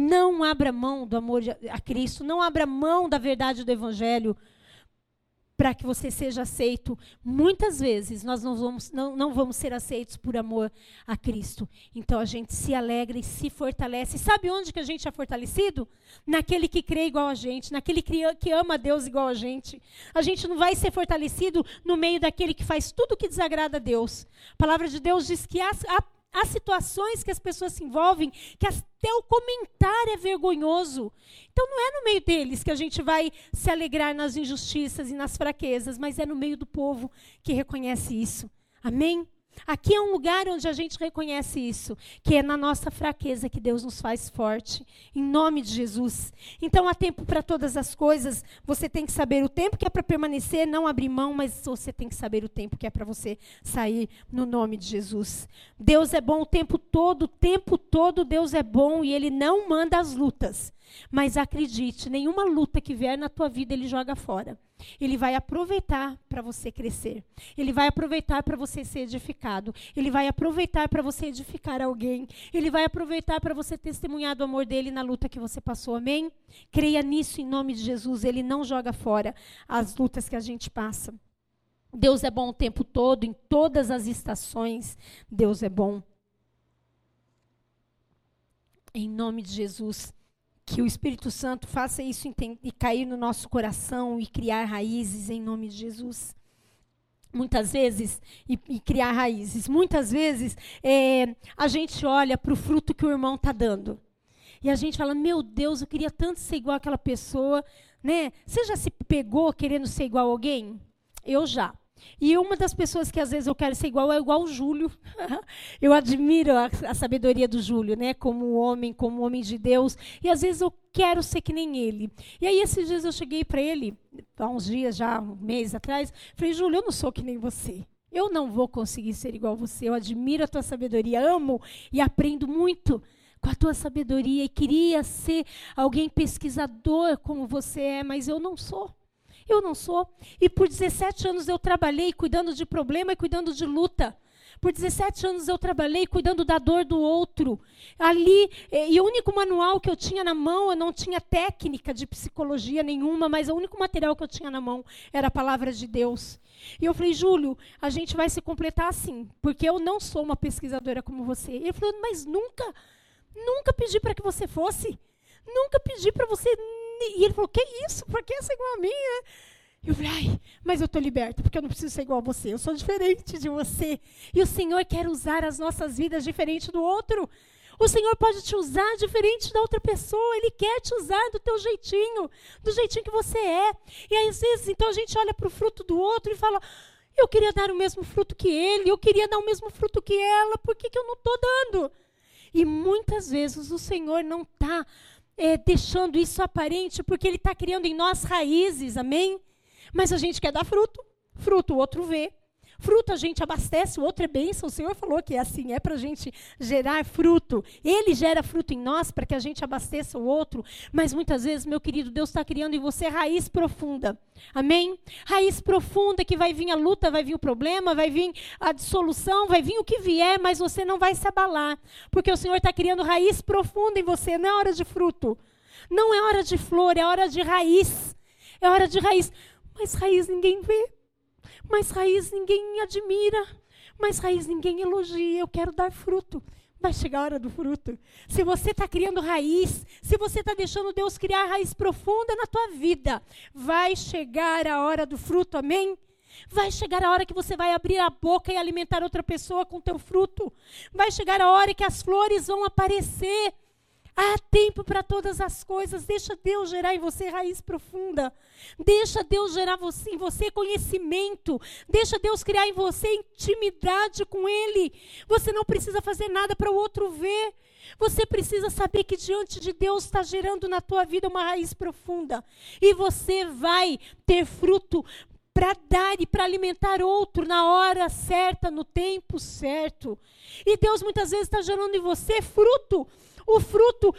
do amor a Cristo, não abra mão da verdade do Evangelho, para que você seja aceito. Muitas vezes nós não vamos ser aceitos por amor a Cristo. Então a gente se alegra e se fortalece. Sabe onde que a gente é fortalecido? Naquele que crê igual a gente, naquele que ama a Deus igual a gente. A gente não vai ser fortalecido no meio daquele que faz tudo que desagrada a Deus. A palavra de Deus diz que há situações que as pessoas se envolvem que até o comentário é vergonhoso. Então não é no meio deles que a gente vai se alegrar nas injustiças e nas fraquezas, mas é no meio do povo que reconhece isso. Amém? Aqui é um lugar onde a gente reconhece isso, que é na nossa fraqueza que Deus nos faz forte, em nome de Jesus. Então há tempo para todas as coisas, você tem que saber o tempo que é para permanecer, não abrir mão, mas você tem que saber o tempo que é para você sair, no nome de Jesus. Deus é bom o tempo todo Deus é bom e Ele não manda as lutas. Mas acredite, nenhuma luta que vier na tua vida Ele joga fora. Ele vai aproveitar para você crescer. Ele vai aproveitar para você ser edificado. Ele vai aproveitar para você edificar alguém. Ele vai aproveitar para você testemunhar do amor dele na luta que você passou. Amém? Creia nisso em nome de Jesus. Ele não joga fora as lutas que a gente passa. Deus é bom o tempo todo, em todas as estações. Deus é bom. Em nome de Jesus. Que o Espírito Santo faça isso e cair no nosso coração e criar raízes em nome de Jesus. Muitas vezes, e criar raízes, muitas vezes a gente olha para o fruto que o irmão está dando. E a gente fala, meu Deus, eu queria tanto ser igual àquela pessoa. Né? Você já se pegou querendo ser igual a alguém? Eu já. E uma das pessoas que às vezes eu quero ser igual é igual o Júlio. Eu admiro a sabedoria do Júlio, né? Como homem de Deus. E às vezes eu quero ser que nem ele. E aí esses dias eu cheguei para ele, há uns dias já, um mês atrás, falei, Júlio, eu não sou que nem você. Eu não vou conseguir ser igual a você. Eu admiro a tua sabedoria, amo e aprendo muito com a tua sabedoria. E queria ser alguém pesquisador como você é, mas eu não sou. Eu não sou. E por 17 anos eu trabalhei cuidando de problema e cuidando de luta. Por 17 anos eu trabalhei cuidando da dor do outro. Ali, e o único manual que eu tinha na mão, eu não tinha técnica de psicologia nenhuma, mas o único material que eu tinha na mão era a palavra de Deus. E eu falei, Júlio, a gente vai se completar assim, porque eu não sou uma pesquisadora como você. Ele falou, mas nunca pedi para que você fosse. Nunca pedi para você. E ele falou, que isso? Por que você é igual a mim? Eu falei, mas eu estou liberta, porque eu não preciso ser igual a você. Eu sou diferente de você. E o Senhor quer usar as nossas vidas diferente do outro. O Senhor pode te usar diferente da outra pessoa. Ele quer te usar do teu jeitinho, do jeitinho que você é. E aí, às vezes, então a gente olha para o fruto do outro e fala, eu queria dar o mesmo fruto que ele, eu queria dar o mesmo fruto que ela, por que eu não estou dando? E muitas vezes o Senhor não está deixando isso aparente, porque Ele está criando em nós raízes, amém? Mas a gente quer dar fruto. Fruto o outro vê. Fruto a gente abastece, o outro é bênção. O Senhor falou que é assim, é para a gente gerar fruto. Ele gera fruto em nós para que a gente abasteça o outro. Mas muitas vezes, meu querido, Deus está criando em você raiz profunda. Amém? Raiz profunda que vai vir a luta, vai vir o problema, vai vir a dissolução, vai vir o que vier, mas você não vai se abalar. Porque o Senhor está criando raiz profunda em você. Não é hora de fruto. Não é hora de flor, é hora de raiz. É hora de raiz. Mas raiz ninguém vê. Mas raiz ninguém admira. Mas raiz ninguém elogia. Eu quero dar fruto. Vai chegar a hora do fruto. Se você está criando raiz, se você está deixando Deus criar raiz profunda na tua vida, vai chegar a hora do fruto, amém? Vai chegar a hora que você vai abrir a boca e alimentar outra pessoa com teu fruto. Vai chegar a hora que as flores vão aparecer. Há tempo para todas as coisas. Deixa Deus gerar em você raiz profunda. Deixa Deus gerar em você conhecimento. Deixa Deus criar em você intimidade com Ele. Você não precisa fazer nada para o outro ver. Você precisa saber que diante de Deus está gerando na tua vida uma raiz profunda. E você vai ter fruto para dar e para alimentar outro na hora certa, no tempo certo. E Deus muitas vezes está gerando em você fruto. O fruto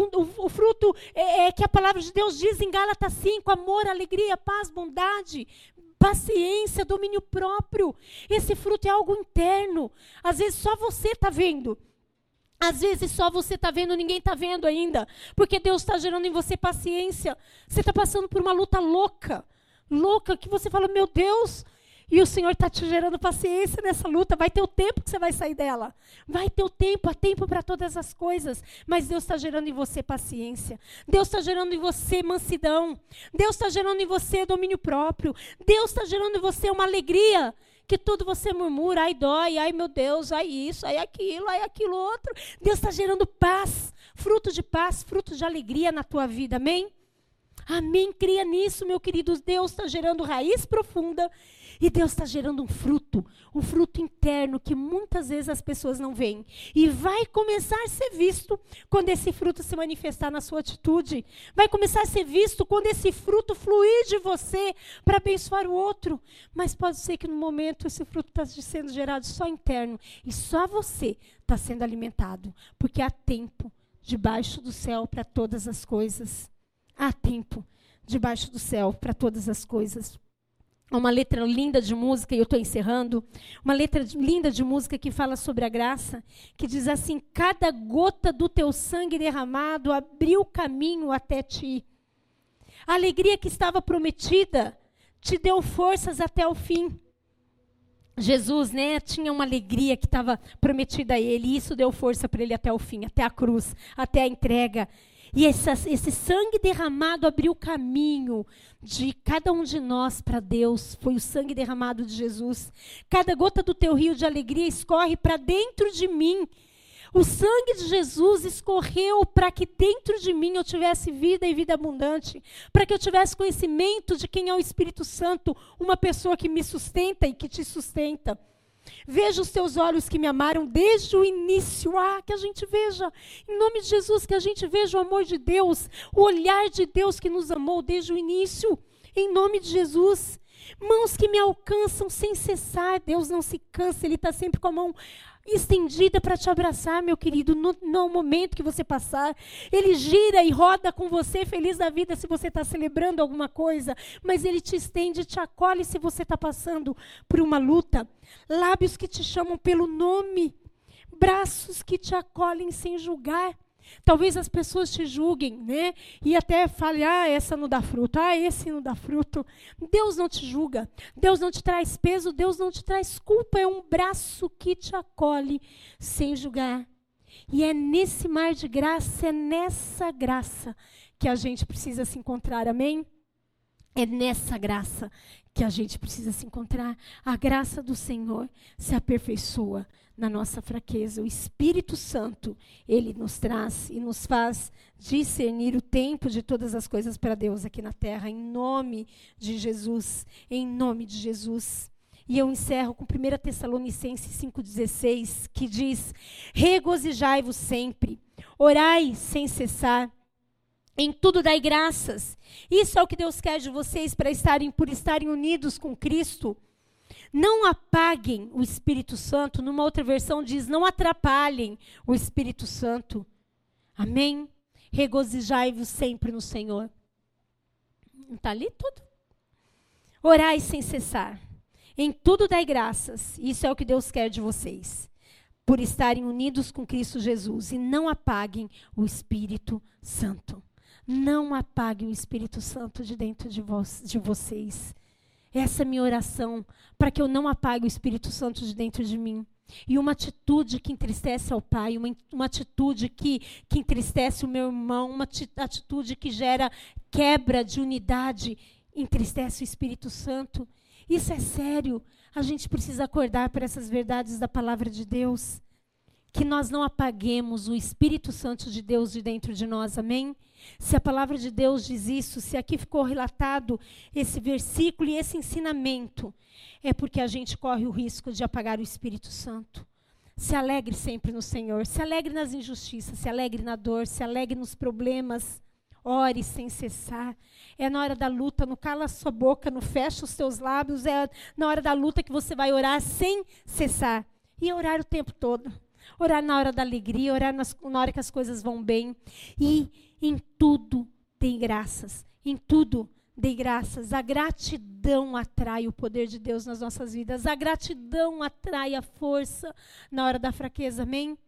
é que a palavra de Deus diz em Gálatas 5, amor, alegria, paz, bondade, paciência, domínio próprio. Esse fruto é algo interno. Às vezes só você está vendo. Às vezes só você está vendo, ninguém está vendo ainda. Porque Deus está gerando em você paciência. Você está passando por uma luta louca, que você fala, meu Deus, e o Senhor está te gerando paciência nessa luta. Vai ter o tempo que você vai sair dela. Vai ter o tempo, há tempo para todas as coisas. Mas Deus está gerando em você paciência. Deus está gerando em você mansidão. Deus está gerando em você domínio próprio. Deus está gerando em você uma alegria. Que tudo você murmura, ai dói, ai meu Deus, ai isso, ai aquilo outro. Deus está gerando paz, fruto de alegria na tua vida, amém? Amém, cria nisso, meu querido. Deus está gerando raiz profunda e Deus está gerando um fruto interno que muitas vezes as pessoas não veem. E vai começar a ser visto quando esse fruto se manifestar na sua atitude. Vai começar a ser visto quando esse fruto fluir de você para abençoar o outro. Mas pode ser que no momento esse fruto está sendo gerado só interno e só você está sendo alimentado. Porque há tempo debaixo do céu para todas as coisas. Há tempo debaixo do céu para todas as coisas. Uma letra linda de música, e eu estou encerrando, uma letra linda de música que fala sobre a graça, que diz assim, cada gota do teu sangue derramado abriu caminho até ti. A alegria que estava prometida te deu forças até o fim. Jesus, tinha uma alegria que estava prometida a ele, e isso deu força para ele até o fim, até a cruz, até a entrega. E esse sangue derramado abriu o caminho de cada um de nós para Deus. Foi o sangue derramado de Jesus. Cada gota do teu rio de alegria escorre para dentro de mim. O sangue de Jesus escorreu para que dentro de mim eu tivesse vida e vida abundante. Para que eu tivesse conhecimento de quem é o Espírito Santo. Uma pessoa que me sustenta e que te sustenta. Veja os teus olhos que me amaram desde o início. Que a gente veja, em nome de Jesus, que a gente veja o amor de Deus, o olhar de Deus que nos amou desde o início, em nome de Jesus. Mãos que me alcançam sem cessar. Deus não se cansa, Ele está sempre com a mão estendida para te abraçar, meu querido, no momento que você passar. Ele gira e roda com você, feliz da vida, se você está celebrando alguma coisa, mas Ele te estende, te acolhe se você está passando por uma luta. Lábios que te chamam pelo nome, braços que te acolhem sem julgar. Talvez as pessoas te julguem, e até falem, essa não dá fruto, esse não dá fruto. Deus não te julga, Deus não te traz peso, Deus não te traz culpa, é um braço que te acolhe sem julgar. E é nesse mar de graça, é nessa graça que a gente precisa se encontrar, amém? É nessa graça que a gente precisa se encontrar. A graça do Senhor se aperfeiçoa na nossa fraqueza. O Espírito Santo, Ele nos traz e nos faz discernir o tempo de todas as coisas para Deus aqui na terra, em nome de Jesus, em nome de Jesus. E eu encerro com 1 Tessalonicenses 5,16, que diz, regozijai-vos sempre, orai sem cessar, em tudo dai graças. Isso é o que Deus quer de vocês por estarem unidos com Cristo. Não apaguem o Espírito Santo. Numa outra versão diz, não atrapalhem o Espírito Santo. Amém? Regozijai-vos sempre no Senhor. Está ali tudo. Orai sem cessar. Em tudo dai graças. Isso é o que Deus quer de vocês. Por estarem unidos com Cristo Jesus. E não apaguem o Espírito Santo. Não apaguem o Espírito Santo de dentro de vocês. Essa é a minha oração, para que eu não apague o Espírito Santo de dentro de mim. E uma atitude que entristece ao Pai, uma atitude que entristece o meu irmão, uma atitude que gera quebra de unidade, entristece o Espírito Santo. Isso é sério. A gente precisa acordar para essas verdades da palavra de Deus. que nós não apaguemos o Espírito Santo de Deus de dentro de nós, amém? Se a palavra de Deus diz isso, se aqui ficou relatado esse versículo e esse ensinamento, é porque a gente corre o risco de apagar o Espírito Santo. Se alegre sempre no Senhor, se alegre nas injustiças, se alegre na dor, se alegre nos problemas. Ore sem cessar. É na hora da luta, não cala a sua boca, não fecha os seus lábios. É na hora da luta que você vai orar sem cessar. E orar o tempo todo. Orar na hora da alegria, orar na hora que as coisas vão bem. E em tudo dê graças. Em tudo dê graças. A gratidão atrai o poder de Deus nas nossas vidas. A gratidão atrai a força na hora da fraqueza, amém?